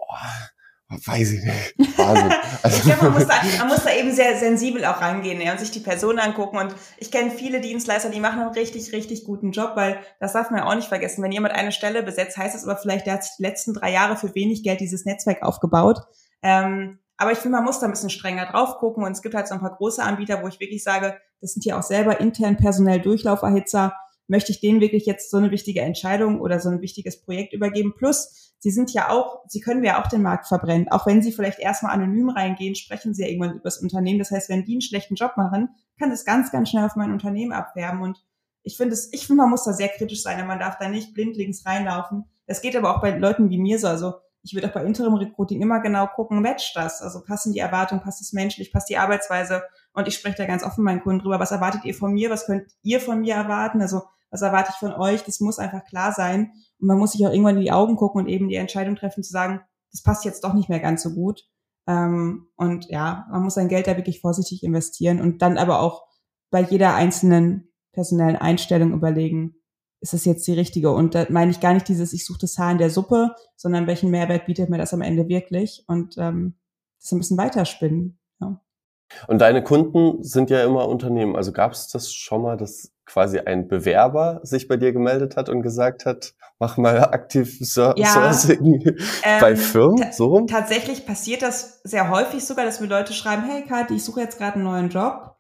weiß ich nicht. Wahnsinn. Ich glaube, man muss, da, man muss da eben sehr sensibel auch rangehen, ja, und sich die Person angucken. Und ich kenne viele Dienstleister, die machen einen richtig, richtig guten Job, weil das darf man ja auch nicht vergessen. Wenn jemand eine Stelle besetzt, heißt es aber vielleicht, der hat sich die letzten drei Jahre für wenig Geld dieses Netzwerk aufgebaut. Ähm, aber ich finde, man muss da ein bisschen strenger drauf gucken. Und es gibt halt so ein paar große Anbieter, wo ich wirklich sage, das sind ja auch selber intern personell Durchlauferhitzer. Möchte ich denen wirklich jetzt so eine wichtige Entscheidung oder so ein wichtiges Projekt übergeben? Plus, sie sind ja auch, sie können ja auch den Markt verbrennen. Auch wenn sie vielleicht erstmal anonym reingehen, sprechen sie ja irgendwann über das Unternehmen. Das heißt, wenn die einen schlechten Job machen, kann das ganz, ganz schnell auf mein Unternehmen abfärben. Und ich finde es, ich finde, man muss da sehr kritisch sein. Man darf da nicht blindlings reinlaufen. Das geht aber auch bei Leuten wie mir so. Also ich würde auch bei Interim Recruiting immer genau gucken, matcht das? Also passen die Erwartungen, passt es menschlich, passt die Arbeitsweise? Und ich spreche da ganz offen mit meinen Kunden drüber. Was erwartet ihr von mir? Was könnt ihr von mir erwarten? Also was erwarte ich von euch? Das muss einfach klar sein. Und man muss sich auch irgendwann in die Augen gucken und eben die Entscheidung treffen, zu sagen, das passt jetzt doch nicht mehr ganz so gut. Ähm, und ja, man muss sein Geld da wirklich vorsichtig investieren und dann aber auch bei jeder einzelnen personellen Einstellung überlegen, ist das jetzt die richtige? Und da meine ich gar nicht dieses, ich suche das Haar in der Suppe, sondern welchen Mehrwert bietet mir das am Ende wirklich? Und ähm, das ein bisschen weiterspinnen. Ja. Und deine Kunden sind ja immer Unternehmen. Also gab es das schon mal, dass quasi ein Bewerber sich bei dir gemeldet hat und gesagt hat, mach mal aktiv Sur- Ja, Sourcing ähm, bei Firmen? So rum? Tatsächlich passiert das sehr häufig sogar, dass mir Leute schreiben, hey Kathi, ich suche jetzt gerade einen neuen Job.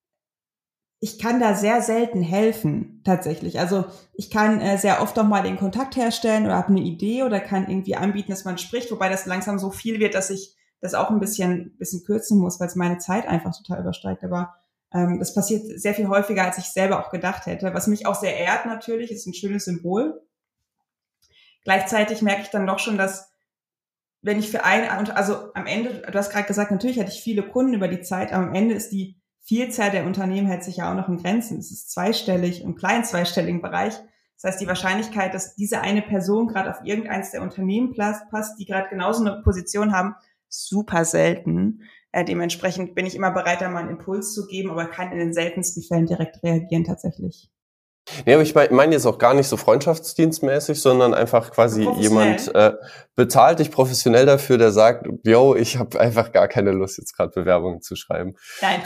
Ich kann da sehr selten helfen, tatsächlich. Also ich kann äh, sehr oft auch mal den Kontakt herstellen oder habe eine Idee oder kann irgendwie anbieten, dass man spricht, wobei das langsam so viel wird, dass ich das auch ein bisschen, bisschen kürzen muss, weil es meine Zeit einfach total übersteigt. Aber ähm, das passiert sehr viel häufiger, als ich selber auch gedacht hätte. Was mich auch sehr ehrt natürlich, ist ein schönes Symbol. Gleichzeitig merke ich dann doch schon, dass wenn ich für ein, also am Ende, du hast gerade gesagt, natürlich hatte ich viele Kunden über die Zeit, aber am Ende ist die Vielzahl der Unternehmen hält sich ja auch noch in Grenzen. Es ist zweistellig, im kleinen zweistelligen Bereich. Das heißt, die Wahrscheinlichkeit, dass diese eine Person gerade auf irgendeins der Unternehmen passt, die gerade genauso eine Position haben, super selten. Äh, dementsprechend bin ich immer bereit, da mal einen Impuls zu geben, aber kann in den seltensten Fällen direkt reagieren tatsächlich. Nee, aber ich meine mein jetzt auch gar nicht so freundschaftsdienstmäßig, sondern einfach quasi jemand äh, bezahlt dich professionell dafür, der sagt, yo, ich habe einfach gar keine Lust, jetzt gerade Bewerbungen zu schreiben. Nein,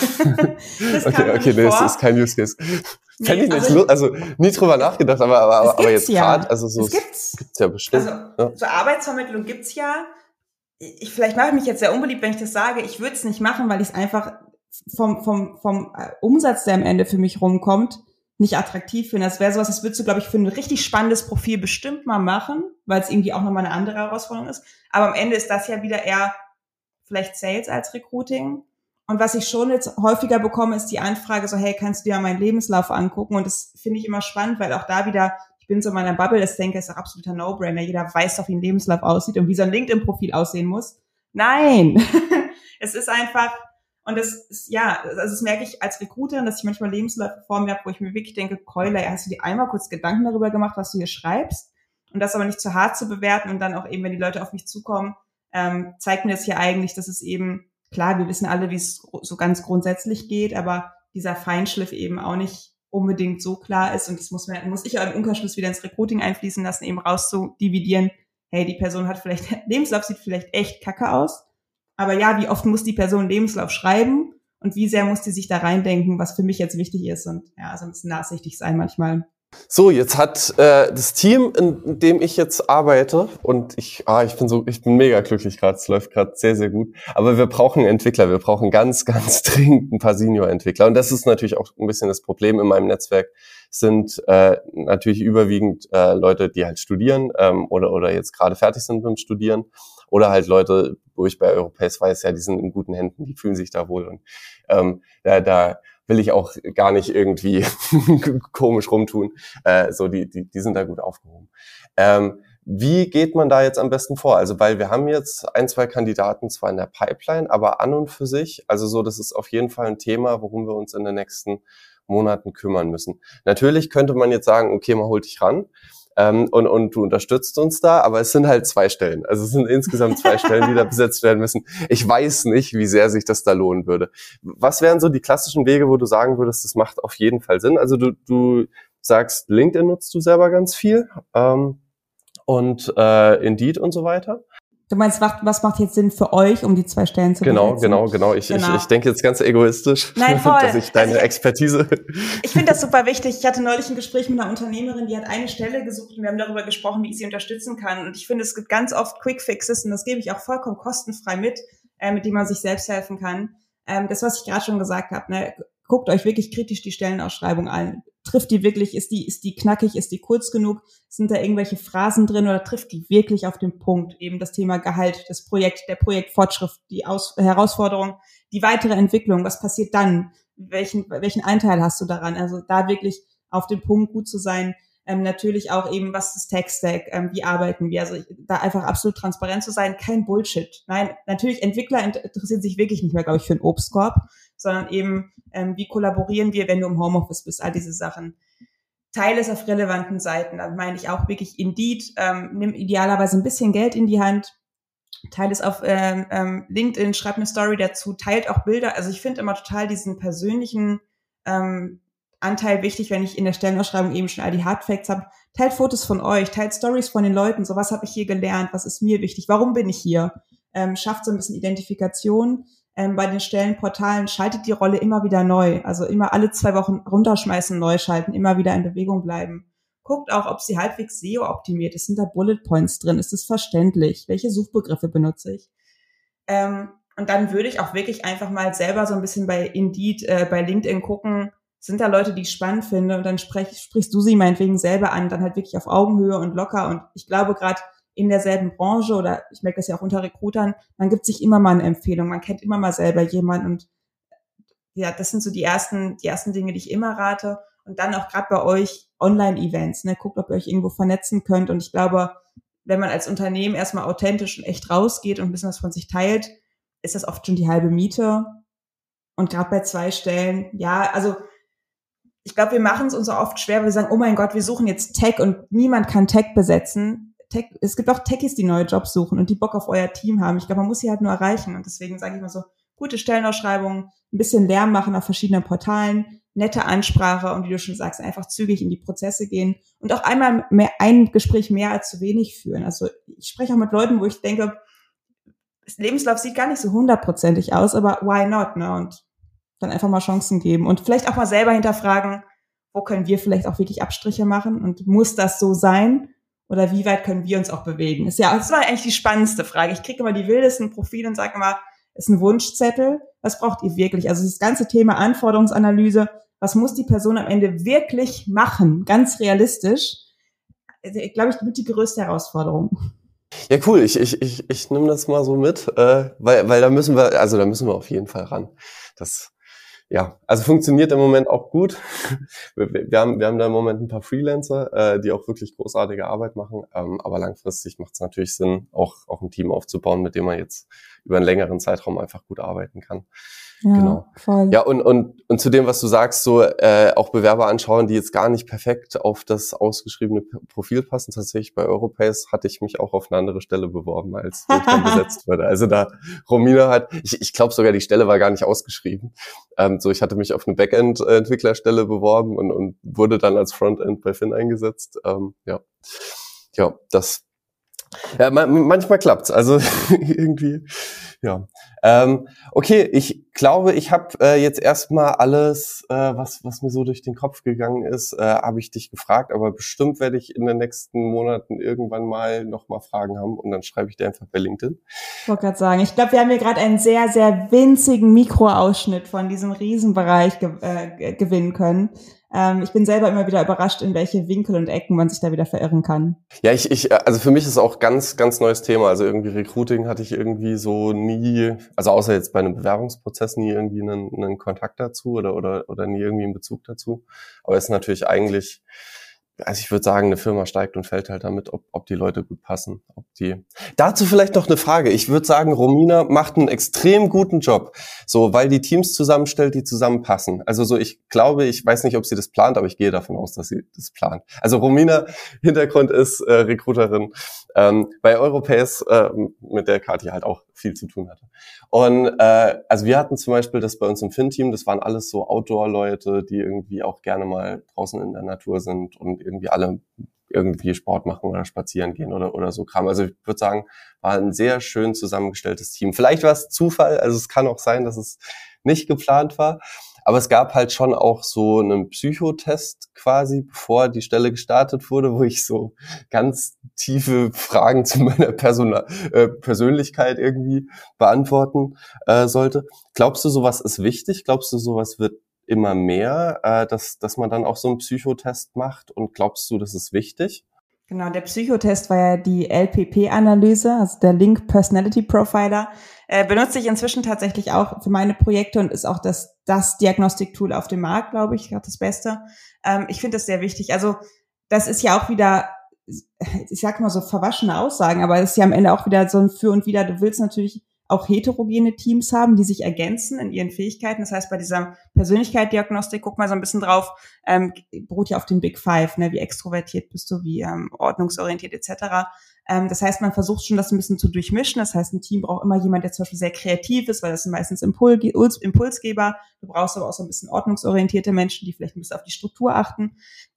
das okay, kam okay, nicht nee, vor. das ist kein Use Case. Nee, Fände ich also, nicht, also nie drüber nachgedacht, aber aber, aber jetzt ja. gerade, also so es gibt's. gibt's ja bestimmt. Also ja. so Arbeitsvermittlung gibt's ja. Ich, vielleicht mache ich mich jetzt sehr unbeliebt, wenn ich das sage. Ich würde es nicht machen, weil ich es einfach vom vom vom Umsatz, der am Ende für mich rumkommt, nicht attraktiv finde. Das wäre sowas, das würdest du, glaube ich, für ein richtig spannendes Profil bestimmt mal machen, weil es irgendwie auch nochmal eine andere Herausforderung ist. Aber am Ende ist das ja wieder eher vielleicht Sales als Recruiting. Und was ich schon jetzt häufiger bekomme, ist die Anfrage so, hey, kannst du dir meinen Lebenslauf angucken? Und das finde ich immer spannend, weil auch da wieder, ich bin so in meiner Bubble, das denke ich, ist ein absoluter No-Brainer. Jeder weiß doch, wie ein Lebenslauf aussieht und wie so ein LinkedIn-Profil aussehen muss. Nein! Es ist einfach, und das ist, ja, also das merke ich als Recruiterin, dass ich manchmal Lebensläufe vor mir habe, wo ich mir wirklich denke, Keule, hast du dir einmal kurz Gedanken darüber gemacht, was du hier schreibst? Und das aber nicht zu hart zu bewerten und dann auch eben, wenn die Leute auf mich zukommen, ähm, zeigt mir das hier eigentlich, dass es eben, klar, wir wissen alle, wie es so ganz grundsätzlich geht, aber dieser Feinschliff eben auch nicht unbedingt so klar ist. Und das muss man, muss ich auch im Umkehrschluss wieder ins Recruiting einfließen lassen, eben rauszudividieren, hey, die Person hat vielleicht, Lebenslauf sieht vielleicht echt kacke aus, aber ja, wie oft muss die Person Lebenslauf schreiben und wie sehr muss die sich da reindenken, was für mich jetzt wichtig ist und ja, so ein bisschen nachsichtig sein manchmal. So, jetzt hat äh, das Team, in dem ich jetzt arbeite, und ich, ah, ich bin so, ich bin mega glücklich gerade. Es läuft gerade sehr, sehr gut. Aber wir brauchen Entwickler. Wir brauchen ganz, ganz dringend ein paar Senior-Entwickler. Und das ist natürlich auch ein bisschen das Problem in meinem Netzwerk. Sind äh, natürlich überwiegend äh, Leute, die halt studieren ähm, oder oder jetzt gerade fertig sind mit dem Studieren, oder halt Leute, wo ich bei Europace weiß, ja, die sind in guten Händen, die fühlen sich da wohl. Und ähm, da, da will ich auch gar nicht irgendwie komisch rumtun. Äh, so, die, die, die sind da gut aufgehoben. Ähm, wie geht man da jetzt am besten vor? Also, weil wir haben jetzt ein, zwei Kandidaten zwar in der Pipeline, aber an und für sich, also so, das ist auf jeden Fall ein Thema, worum wir uns in den nächsten Monaten kümmern müssen. Natürlich könnte man jetzt sagen, okay, man holt dich ran. Ähm, und, und du unterstützt uns da, aber es sind halt zwei Stellen. Also es sind insgesamt zwei Stellen, die da besetzt werden müssen. Ich weiß nicht, wie sehr sich das da lohnen würde. Was wären so die klassischen Wege, wo du sagen würdest, das macht auf jeden Fall Sinn? Also du, du sagst, LinkedIn nutzt du selber ganz viel ähm, und äh, Indeed und so weiter. Du meinst, was macht jetzt Sinn für euch, um die zwei Stellen zu genau, besetzen? Genau, genau, Ich, genau. Ich, ich denke jetzt ganz egoistisch, Nein, voll. dass ich deine also ich, Expertise... Ich finde das super wichtig. Ich hatte neulich ein Gespräch mit einer Unternehmerin, die hat eine Stelle gesucht und wir haben darüber gesprochen, wie ich sie unterstützen kann. Und ich finde, es gibt ganz oft Quick Fixes und das gebe ich auch vollkommen kostenfrei mit, äh, mit dem man sich selbst helfen kann. Ähm, das, was ich gerade schon gesagt habe, ne, guckt euch wirklich kritisch die Stellenausschreibung an. Trifft die wirklich, ist die, ist die knackig, ist die kurz genug? Sind da irgendwelche Phrasen drin oder trifft die wirklich auf den Punkt? Eben das Thema Gehalt, das Projekt, der Projektfortschritt, die Aus- Herausforderung, die weitere Entwicklung. Was passiert dann? Welchen, welchen Anteil hast du daran? Also da wirklich auf den Punkt gut zu sein. Ähm, natürlich auch eben, was ist das Tech-Stack? Ähm, wie arbeiten wir? Also da einfach absolut transparent zu sein. Kein Bullshit. Nein, natürlich Entwickler interessieren sich wirklich nicht mehr, glaube ich, für einen Obstkorb, sondern eben, ähm, wie kollaborieren wir, wenn du im Homeoffice bist, all diese Sachen. Teile es auf relevanten Seiten, da meine ich auch wirklich Indeed, ähm, nimm idealerweise ein bisschen Geld in die Hand, teile es auf ähm, ähm, LinkedIn, schreib eine Story dazu, teilt auch Bilder, also ich finde immer total diesen persönlichen ähm, Anteil wichtig, wenn ich in der Stellenausschreibung eben schon all die Hardfacts habe, teilt Fotos von euch, teilt Stories von den Leuten, so was habe ich hier gelernt, was ist mir wichtig, warum bin ich hier, ähm, schafft so ein bisschen Identifikation. Ähm, bei den Stellenportalen schaltet die Rolle immer wieder neu. Also immer alle zwei Wochen runterschmeißen, neu schalten, immer wieder in Bewegung bleiben. Guckt auch, ob sie halbwegs S E O-optimiert ist. Sind da Bullet Points drin? Ist es verständlich? Welche Suchbegriffe benutze ich? Ähm, und dann würde ich auch wirklich einfach mal selber so ein bisschen bei Indeed, äh, bei LinkedIn gucken, sind da Leute, die ich spannend finde? Und dann sprech, sprichst du sie meinetwegen selber an, dann halt wirklich auf Augenhöhe und locker. Und ich glaube, gerade in derselben Branche, oder ich merke das ja auch unter Recruitern, man gibt sich immer mal eine Empfehlung, man kennt immer mal selber jemanden und ja, das sind so die ersten, die ersten Dinge, die ich immer rate. Und dann auch gerade bei euch Online-Events, ne, guckt, ob ihr euch irgendwo vernetzen könnt und ich glaube, wenn man als Unternehmen erstmal authentisch und echt rausgeht und ein bisschen was von sich teilt, ist das oft schon die halbe Miete. Und gerade bei zwei Stellen, ja, also ich glaube, wir machen es uns so oft schwer, weil wir sagen, oh mein Gott, wir suchen jetzt Tech und niemand kann Tech besetzen. Tech, es gibt auch Techies, die neue Jobs suchen und die Bock auf euer Team haben. Ich glaube, man muss sie halt nur erreichen. Und deswegen sage ich mal so, gute Stellenausschreibungen, ein bisschen Lärm machen auf verschiedenen Portalen, nette Ansprache und wie du schon sagst, einfach zügig in die Prozesse gehen und auch einmal mehr ein Gespräch mehr als zu wenig führen. Also ich spreche auch mit Leuten, wo ich denke, das Lebenslauf sieht gar nicht so hundertprozentig aus, aber why not, ne? Und dann einfach mal Chancen geben und vielleicht auch mal selber hinterfragen, wo können wir vielleicht auch wirklich Abstriche machen und muss das so sein oder wie weit können wir uns auch bewegen? Ist ja, das war eigentlich die spannendste Frage. Ich kriege immer die wildesten Profile und sage immer, ist ein Wunschzettel, was braucht ihr wirklich? Also das ganze Thema Anforderungsanalyse, was muss die Person am Ende wirklich machen? Ganz realistisch, ich glaube ich, wird die größte Herausforderung. Ja, cool. Ich, ich, ich, ich nehme das mal so mit, äh, weil, weil da müssen wir, also da müssen wir auf jeden Fall ran. Das, ja, also funktioniert im Moment auch gut. Wir, wir haben, wir haben da im Moment ein paar Freelancer, äh, die auch wirklich großartige Arbeit machen. Ähm, aber langfristig macht es natürlich Sinn, auch, auch ein Team aufzubauen, mit dem man jetzt über einen längeren Zeitraum einfach gut arbeiten kann. Ja, genau. Voll. Ja, und, und, und zu dem, was du sagst, so, äh, auch Bewerber anschauen, die jetzt gar nicht perfekt auf das ausgeschriebene Profil passen. Tatsächlich bei Europace hatte ich mich auch auf eine andere Stelle beworben, als wo ich dann besetzt wurde. Also da, Romina hat, ich, ich glaube sogar, die Stelle war gar nicht ausgeschrieben. Ähm, so, ich hatte mich auf eine Backend-Entwicklerstelle beworben und, und wurde dann als Frontend bei Finn eingesetzt. Ähm, ja, ja, das, ja, man, manchmal klappt's. Also irgendwie, ja. Ähm, okay, ich glaube, ich habe äh, jetzt erstmal alles, äh, was was mir so durch den Kopf gegangen ist, äh, habe ich dich gefragt. Aber bestimmt werde ich in den nächsten Monaten irgendwann mal nochmal Fragen haben und dann schreibe ich dir einfach bei LinkedIn. Ich wollte gerade sagen, ich glaube, wir haben hier gerade einen sehr, sehr winzigen Mikroausschnitt von diesem Riesenbereich ge- äh, gewinnen können. Ähm, ich bin selber immer wieder überrascht, in welche Winkel und Ecken man sich da wieder verirren kann. Ja, ich, ich, also für mich ist auch ganz, ganz neues Thema. Also irgendwie Recruiting hatte ich irgendwie so nie, also außer jetzt bei einem Bewerbungsprozess nie irgendwie einen, einen Kontakt dazu oder, oder, oder nie irgendwie einen Bezug dazu. Aber es ist natürlich eigentlich, also ich würde sagen, eine Firma steigt und fällt halt damit, ob, ob die Leute gut passen, ob die. Dazu vielleicht noch eine Frage. Ich würde sagen, Romina macht einen extrem guten Job, so, weil die Teams zusammenstellt, die zusammenpassen. Also so, ich glaube, ich weiß nicht, ob sie das plant, aber ich gehe davon aus, dass sie das plant. Also Romina, Hintergrund ist äh, Recruiterin ähm, bei Europace, äh, mit der Kathi halt auch viel zu tun hatte. Und äh, also wir hatten zum Beispiel das bei uns im Fin-Team, das waren alles so Outdoor-Leute, die irgendwie auch gerne mal draußen in der Natur sind und irgendwie alle irgendwie Sport machen oder spazieren gehen oder oder so Kram. Also ich würde sagen, war ein sehr schön zusammengestelltes Team. Vielleicht war es Zufall, also es kann auch sein, dass es nicht geplant war. Aber es gab halt schon auch so einen Psychotest quasi, bevor die Stelle gestartet wurde, wo ich so ganz tiefe Fragen zu meiner Persona- äh, Persönlichkeit irgendwie beantworten äh, sollte. Glaubst du, sowas ist wichtig? Glaubst du, sowas wird immer mehr, äh, dass, dass man dann auch so einen Psychotest macht? Und glaubst du, das ist wichtig? Genau, der Psychotest war ja die L P P-Analyse, also der Link Personality Profiler. Äh, benutze ich inzwischen tatsächlich auch für meine Projekte und ist auch das, das Diagnostiktool auf dem Markt, glaube ich, gerade das Beste. Ähm, ich finde das sehr wichtig. Also das ist ja auch wieder, ich sag mal so verwaschene Aussagen, aber es ist ja am Ende auch wieder so ein Für und Wider. Du willst natürlich auch heterogene Teams haben, die sich ergänzen in ihren Fähigkeiten. Das heißt, bei dieser Persönlichkeitsdiagnostik, guck mal so ein bisschen drauf, ähm, beruht ja auf den Big Five, ne? Wie extrovertiert bist du, wie ähm, ordnungsorientiert et cetera. Ähm, das heißt, man versucht schon, das ein bisschen zu durchmischen. Das heißt, ein Team braucht immer jemand, der zum Beispiel sehr kreativ ist, weil das sind meistens Impul- Impulsgeber. Du brauchst aber auch so ein bisschen ordnungsorientierte Menschen, die vielleicht ein bisschen auf die Struktur achten.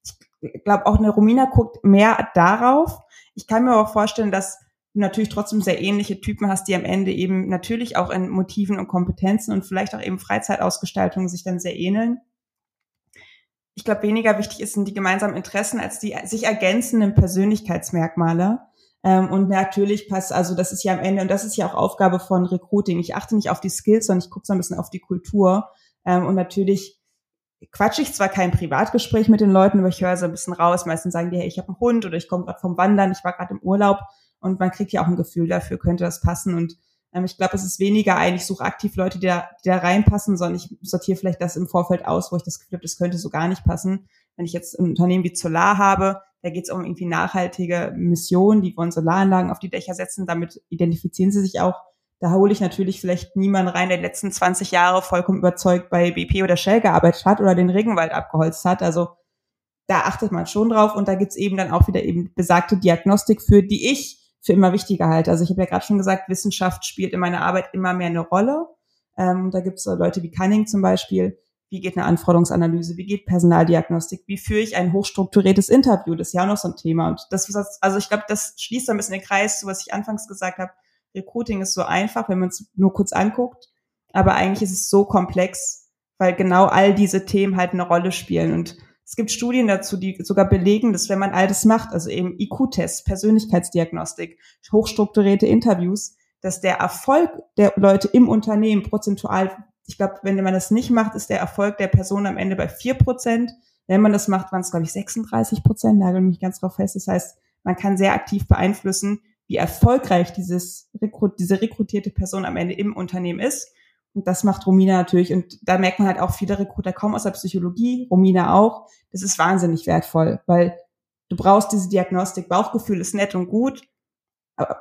Ich glaube, auch eine Romina guckt mehr darauf. Ich kann mir aber auch vorstellen, dass du natürlich trotzdem sehr ähnliche Typen hast, die am Ende eben natürlich auch in Motiven und Kompetenzen und vielleicht auch eben Freizeitausgestaltung sich dann sehr ähneln. Ich glaube, weniger wichtig sind die gemeinsamen Interessen als die sich ergänzenden Persönlichkeitsmerkmale. Und natürlich passt, also das ist ja am Ende, und das ist ja auch Aufgabe von Recruiting. Ich achte nicht auf die Skills, sondern ich gucke so ein bisschen auf die Kultur. Und natürlich quatsche ich zwar kein Privatgespräch mit den Leuten, aber ich höre so ein bisschen raus. Meistens sagen die, hey, ich habe einen Hund oder ich komme gerade vom Wandern, ich war gerade im Urlaub. Und man kriegt ja auch ein Gefühl dafür, könnte das passen. Und ähm, ich glaube, es ist weniger ein, ich suche aktiv Leute, die da, die da reinpassen, sondern ich sortiere vielleicht das im Vorfeld aus, wo ich das Gefühl habe, das könnte so gar nicht passen. Wenn ich jetzt ein Unternehmen wie Solar habe, da geht es um irgendwie nachhaltige Missionen, die wollen Solaranlagen auf die Dächer setzen, damit identifizieren sie sich auch. Da hole ich natürlich vielleicht niemanden rein, der die letzten zwanzig Jahre vollkommen überzeugt bei B P oder Shell gearbeitet hat oder den Regenwald abgeholzt hat. Also da achtet man schon drauf und da gibt's eben dann auch wieder eben besagte Diagnostik für, die ich für immer wichtiger halte. Also ich habe ja gerade schon gesagt, Wissenschaft spielt in meiner Arbeit immer mehr eine Rolle. Ähm, da gibt's so Leute wie Cunning zum Beispiel. Wie geht eine Anforderungsanalyse? Wie geht Personaldiagnostik? Wie führe ich ein hochstrukturiertes Interview? Das ist ja auch noch so ein Thema. Und das, also ich glaube, das schließt so ein bisschen den Kreis zu, was ich anfangs gesagt habe. Recruiting ist so einfach, wenn man es nur kurz anguckt. Aber eigentlich ist es so komplex, weil genau all diese Themen halt eine Rolle spielen. Und es gibt Studien dazu, die sogar belegen, dass wenn man all das macht, also eben I Q-Tests, Persönlichkeitsdiagnostik, hochstrukturierte Interviews, dass der Erfolg der Leute im Unternehmen prozentual, ich glaube, wenn man das nicht macht, ist der Erfolg der Person am Ende bei vier Prozent. Wenn man das macht, waren es, glaube ich, sechsunddreißig Prozent, nagel mich ganz drauf fest. Das heißt, man kann sehr aktiv beeinflussen, wie erfolgreich dieses Rekrut, diese rekrutierte Person am Ende im Unternehmen ist. Und das macht Romina natürlich. Und da merkt man halt auch, viele Recruiter kommen aus der Psychologie, Romina auch. Das ist wahnsinnig wertvoll, weil du brauchst diese Diagnostik. Bauchgefühl ist nett und gut, aber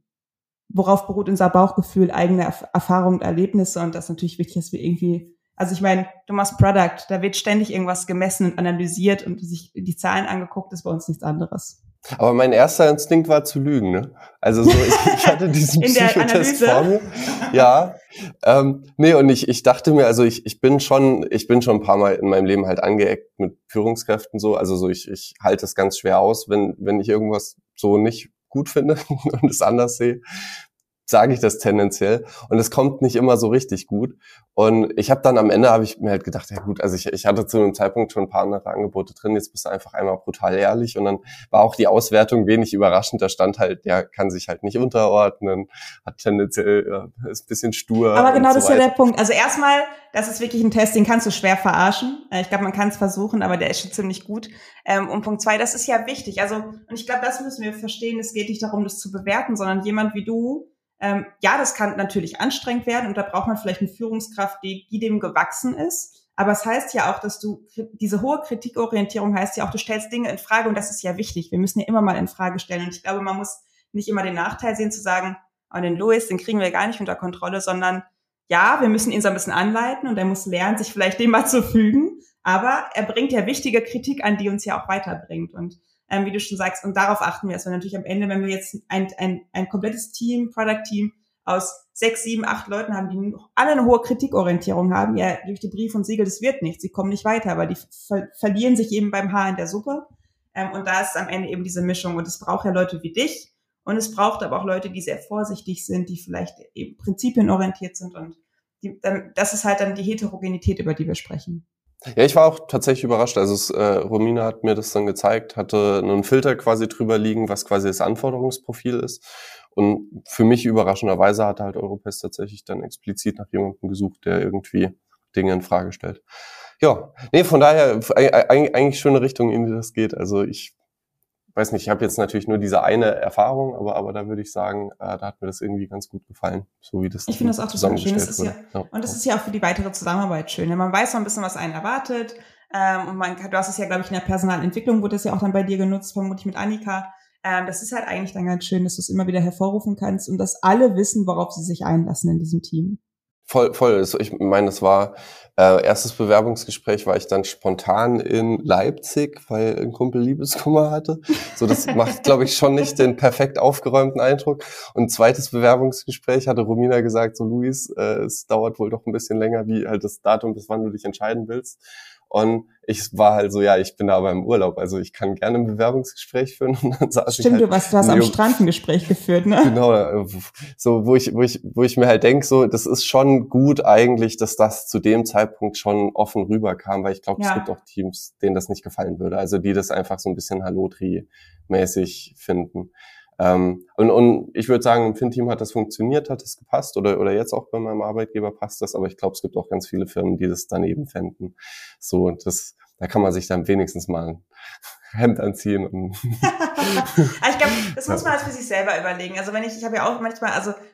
worauf beruht unser Bauchgefühl? Eigene Erfahrungen und Erlebnisse. Und das ist natürlich wichtig, dass wir irgendwie, also ich meine, du machst Product, da wird ständig irgendwas gemessen und analysiert und sich die Zahlen angeguckt, ist bei uns nichts anderes. Aber mein erster Instinkt war zu lügen, ne? Also so, ich, ich hatte diesen Psychotest vor mir. Ja, ähm, nee, und ich, ich dachte mir, also ich, ich bin schon, ich bin schon ein paar Mal in meinem Leben halt angeeckt mit Führungskräften so. Also so, ich, ich halte es ganz schwer aus, wenn, wenn ich irgendwas so nicht gut finde und es anders sehe, sage ich das tendenziell. Und es kommt nicht immer so richtig gut. Und ich habe dann am Ende, habe ich mir halt gedacht, ja gut, also ich, ich hatte zu einem Zeitpunkt schon ein paar andere Angebote drin, jetzt bist du einfach einmal brutal ehrlich. Und dann war auch die Auswertung wenig überraschend. Da stand halt, der kann sich halt nicht unterordnen, hat tendenziell, ja, ist ein bisschen stur. Aber genau, so das ist ja der Punkt. Also erstmal, das ist wirklich ein Test, den kannst du schwer verarschen. Ich glaube, man kann es versuchen, aber der ist schon ziemlich gut. Und Punkt zwei, das ist ja wichtig. Also, und ich glaube, das müssen wir verstehen. Es geht nicht darum, das zu bewerten, sondern jemand wie du, Ähm, ja, das kann natürlich anstrengend werden und da braucht man vielleicht eine Führungskraft, die, die dem gewachsen ist. Aber es heißt ja auch, dass du, diese hohe Kritikorientierung heißt ja auch, du stellst Dinge in Frage und das ist ja wichtig. Wir müssen ja immer mal in Frage stellen und ich glaube, man muss nicht immer den Nachteil sehen, zu sagen, oh, den Louis, den kriegen wir gar nicht unter Kontrolle, sondern ja, wir müssen ihn so ein bisschen anleiten und er muss lernen, sich vielleicht dem mal zu fügen. Aber er bringt ja wichtige Kritik an, die uns ja auch weiterbringt und Ähm, wie du schon sagst, und darauf achten wir. Es wäre natürlich am Ende, wenn wir jetzt ein, ein, ein komplettes Team, Product-Team aus sechs, sieben, acht Leuten haben, die alle eine hohe Kritikorientierung haben, ja, durch die Brief und Siegel, das wird nichts, sie kommen nicht weiter, aber die ver- verlieren sich eben beim Haar in der Suppe. Ähm, und da ist am Ende eben diese Mischung. Und es braucht ja Leute wie dich und es braucht aber auch Leute, die sehr vorsichtig sind, die vielleicht eben prinzipienorientiert sind und die, dann, das ist halt dann die Heterogenität, über die wir sprechen. Ja, ich war auch tatsächlich überrascht. Also es, äh, Romina hat mir das dann gezeigt, hatte einen Filter quasi drüber liegen, was quasi das Anforderungsprofil ist. Und für mich überraschenderweise hat halt Europest tatsächlich dann explizit nach jemandem gesucht, der irgendwie Dinge in Frage stellt. Ja, nee, von daher eigentlich schöne Richtung, in die das geht. Also ich weiß nicht, ich habe jetzt natürlich nur diese eine Erfahrung, aber aber da würde ich sagen, äh, da hat mir das irgendwie ganz gut gefallen, so wie das ich finde das auch total schön. Das ist ja, ja, und das ist ja auch für die weitere Zusammenarbeit schön. Man weiß so ein bisschen, was einen erwartet. Ähm, und man kann, du hast es ja, glaube ich, in der Personalentwicklung wurde das ja auch dann bei dir genutzt, vermutlich mit Annika. Ähm, das ist halt eigentlich dann ganz schön, dass du es immer wieder hervorrufen kannst und dass alle wissen, worauf sie sich einlassen in diesem Team. Voll, voll. Ich meine, das war äh, erstes Bewerbungsgespräch, war ich dann spontan in Leipzig, weil ein Kumpel Liebeskummer hatte. So, das macht, glaube ich, schon nicht den perfekt aufgeräumten Eindruck. Und zweites Bewerbungsgespräch hatte Romina gesagt, so Luis, äh, es dauert wohl doch ein bisschen länger, wie halt das Datum, bis wann du dich entscheiden willst. Und ich war halt so, ja, ich bin da aber im Urlaub, also ich kann gerne ein Bewerbungsgespräch führen. Und dann saß Stimmt, ich halt, du hast, du hast am Strand ein Gespräch geführt, ne? Genau, so wo ich, wo ich, wo ich mir halt denke, so, das ist schon gut eigentlich, dass das zu dem Zeitpunkt schon offen rüberkam, weil ich glaube, ja. Es gibt auch Teams, denen das nicht gefallen würde, also die das einfach so ein bisschen Hallotri-mäßig finden. Ähm, und, und ich würde sagen, im Fin-Team hat das funktioniert, hat das gepasst oder oder jetzt auch bei meinem Arbeitgeber passt das, aber ich glaube, es gibt auch ganz viele Firmen, die das daneben fänden. So, und das, da kann man sich dann wenigstens mal ein Hemd anziehen. Und ich glaube, das muss man halt für sich selber überlegen. Also wenn ich, ich habe ja auch manchmal, also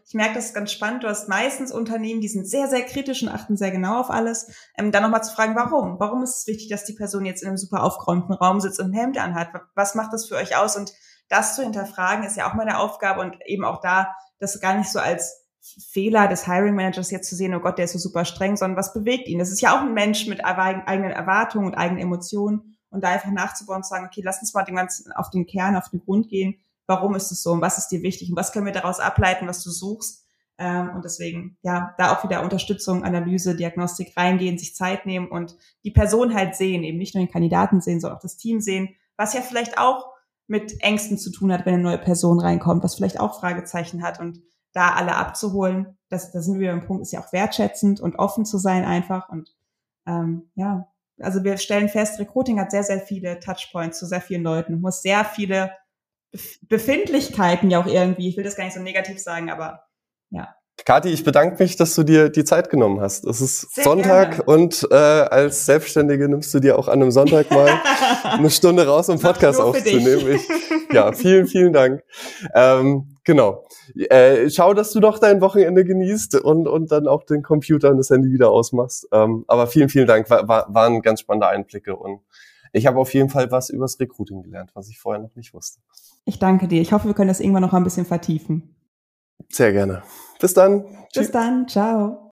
ich merke, das ist ganz spannend. Du hast meistens Unternehmen, die sind sehr, sehr kritisch und achten sehr genau auf alles. Ähm, dann nochmal zu fragen, warum? Warum ist es wichtig, dass die Person jetzt in einem super aufgeräumten Raum sitzt und ein Hemd anhat? Was macht das für euch aus? Und das zu hinterfragen ist ja auch meine Aufgabe und eben auch da, das gar nicht so als Fehler des Hiring Managers jetzt zu sehen, oh Gott, der ist so super streng, sondern was bewegt ihn? Das ist ja auch ein Mensch mit eigenen Erwartungen und eigenen Emotionen und da einfach nachzubauen und zu sagen, okay, lass uns mal den ganzen auf den Kern, auf den Grund gehen. Warum ist es so und was ist dir wichtig und was können wir daraus ableiten, was du suchst? Ähm, und deswegen, ja, da auch wieder Unterstützung, Analyse, Diagnostik reingehen, sich Zeit nehmen und die Person halt sehen, eben nicht nur den Kandidaten sehen, sondern auch das Team sehen, was ja vielleicht auch mit Ängsten zu tun hat, wenn eine neue Person reinkommt, was vielleicht auch Fragezeichen hat und da alle abzuholen, das, da sind wir am Punkt, ist ja auch wertschätzend und offen zu sein einfach und ähm, ja, also wir stellen fest, Recruiting hat sehr, sehr viele Touchpoints zu sehr vielen Leuten, muss sehr viele Befindlichkeiten ja auch irgendwie, ich will das gar nicht so negativ sagen, aber ja. Kathi, ich bedanke mich, dass du dir die Zeit genommen hast. Es ist Sehr Sonntag gerne. Und äh, als Selbstständige nimmst du dir auch an einem Sonntag mal eine Stunde raus, um Podcast aufzunehmen. Ich, ja, vielen, vielen Dank. Ähm, genau. Äh, schau, dass du doch dein Wochenende genießt und und dann auch den Computer und das Handy wieder ausmachst. Ähm, aber vielen, vielen Dank. War, war, waren ganz spannende Einblicke und ich habe auf jeden Fall was übers Recruiting gelernt, was ich vorher noch nicht wusste. Ich danke dir. Ich hoffe, wir können das irgendwann noch ein bisschen vertiefen. Sehr gerne. Bis dann. Bis dann. Ciao.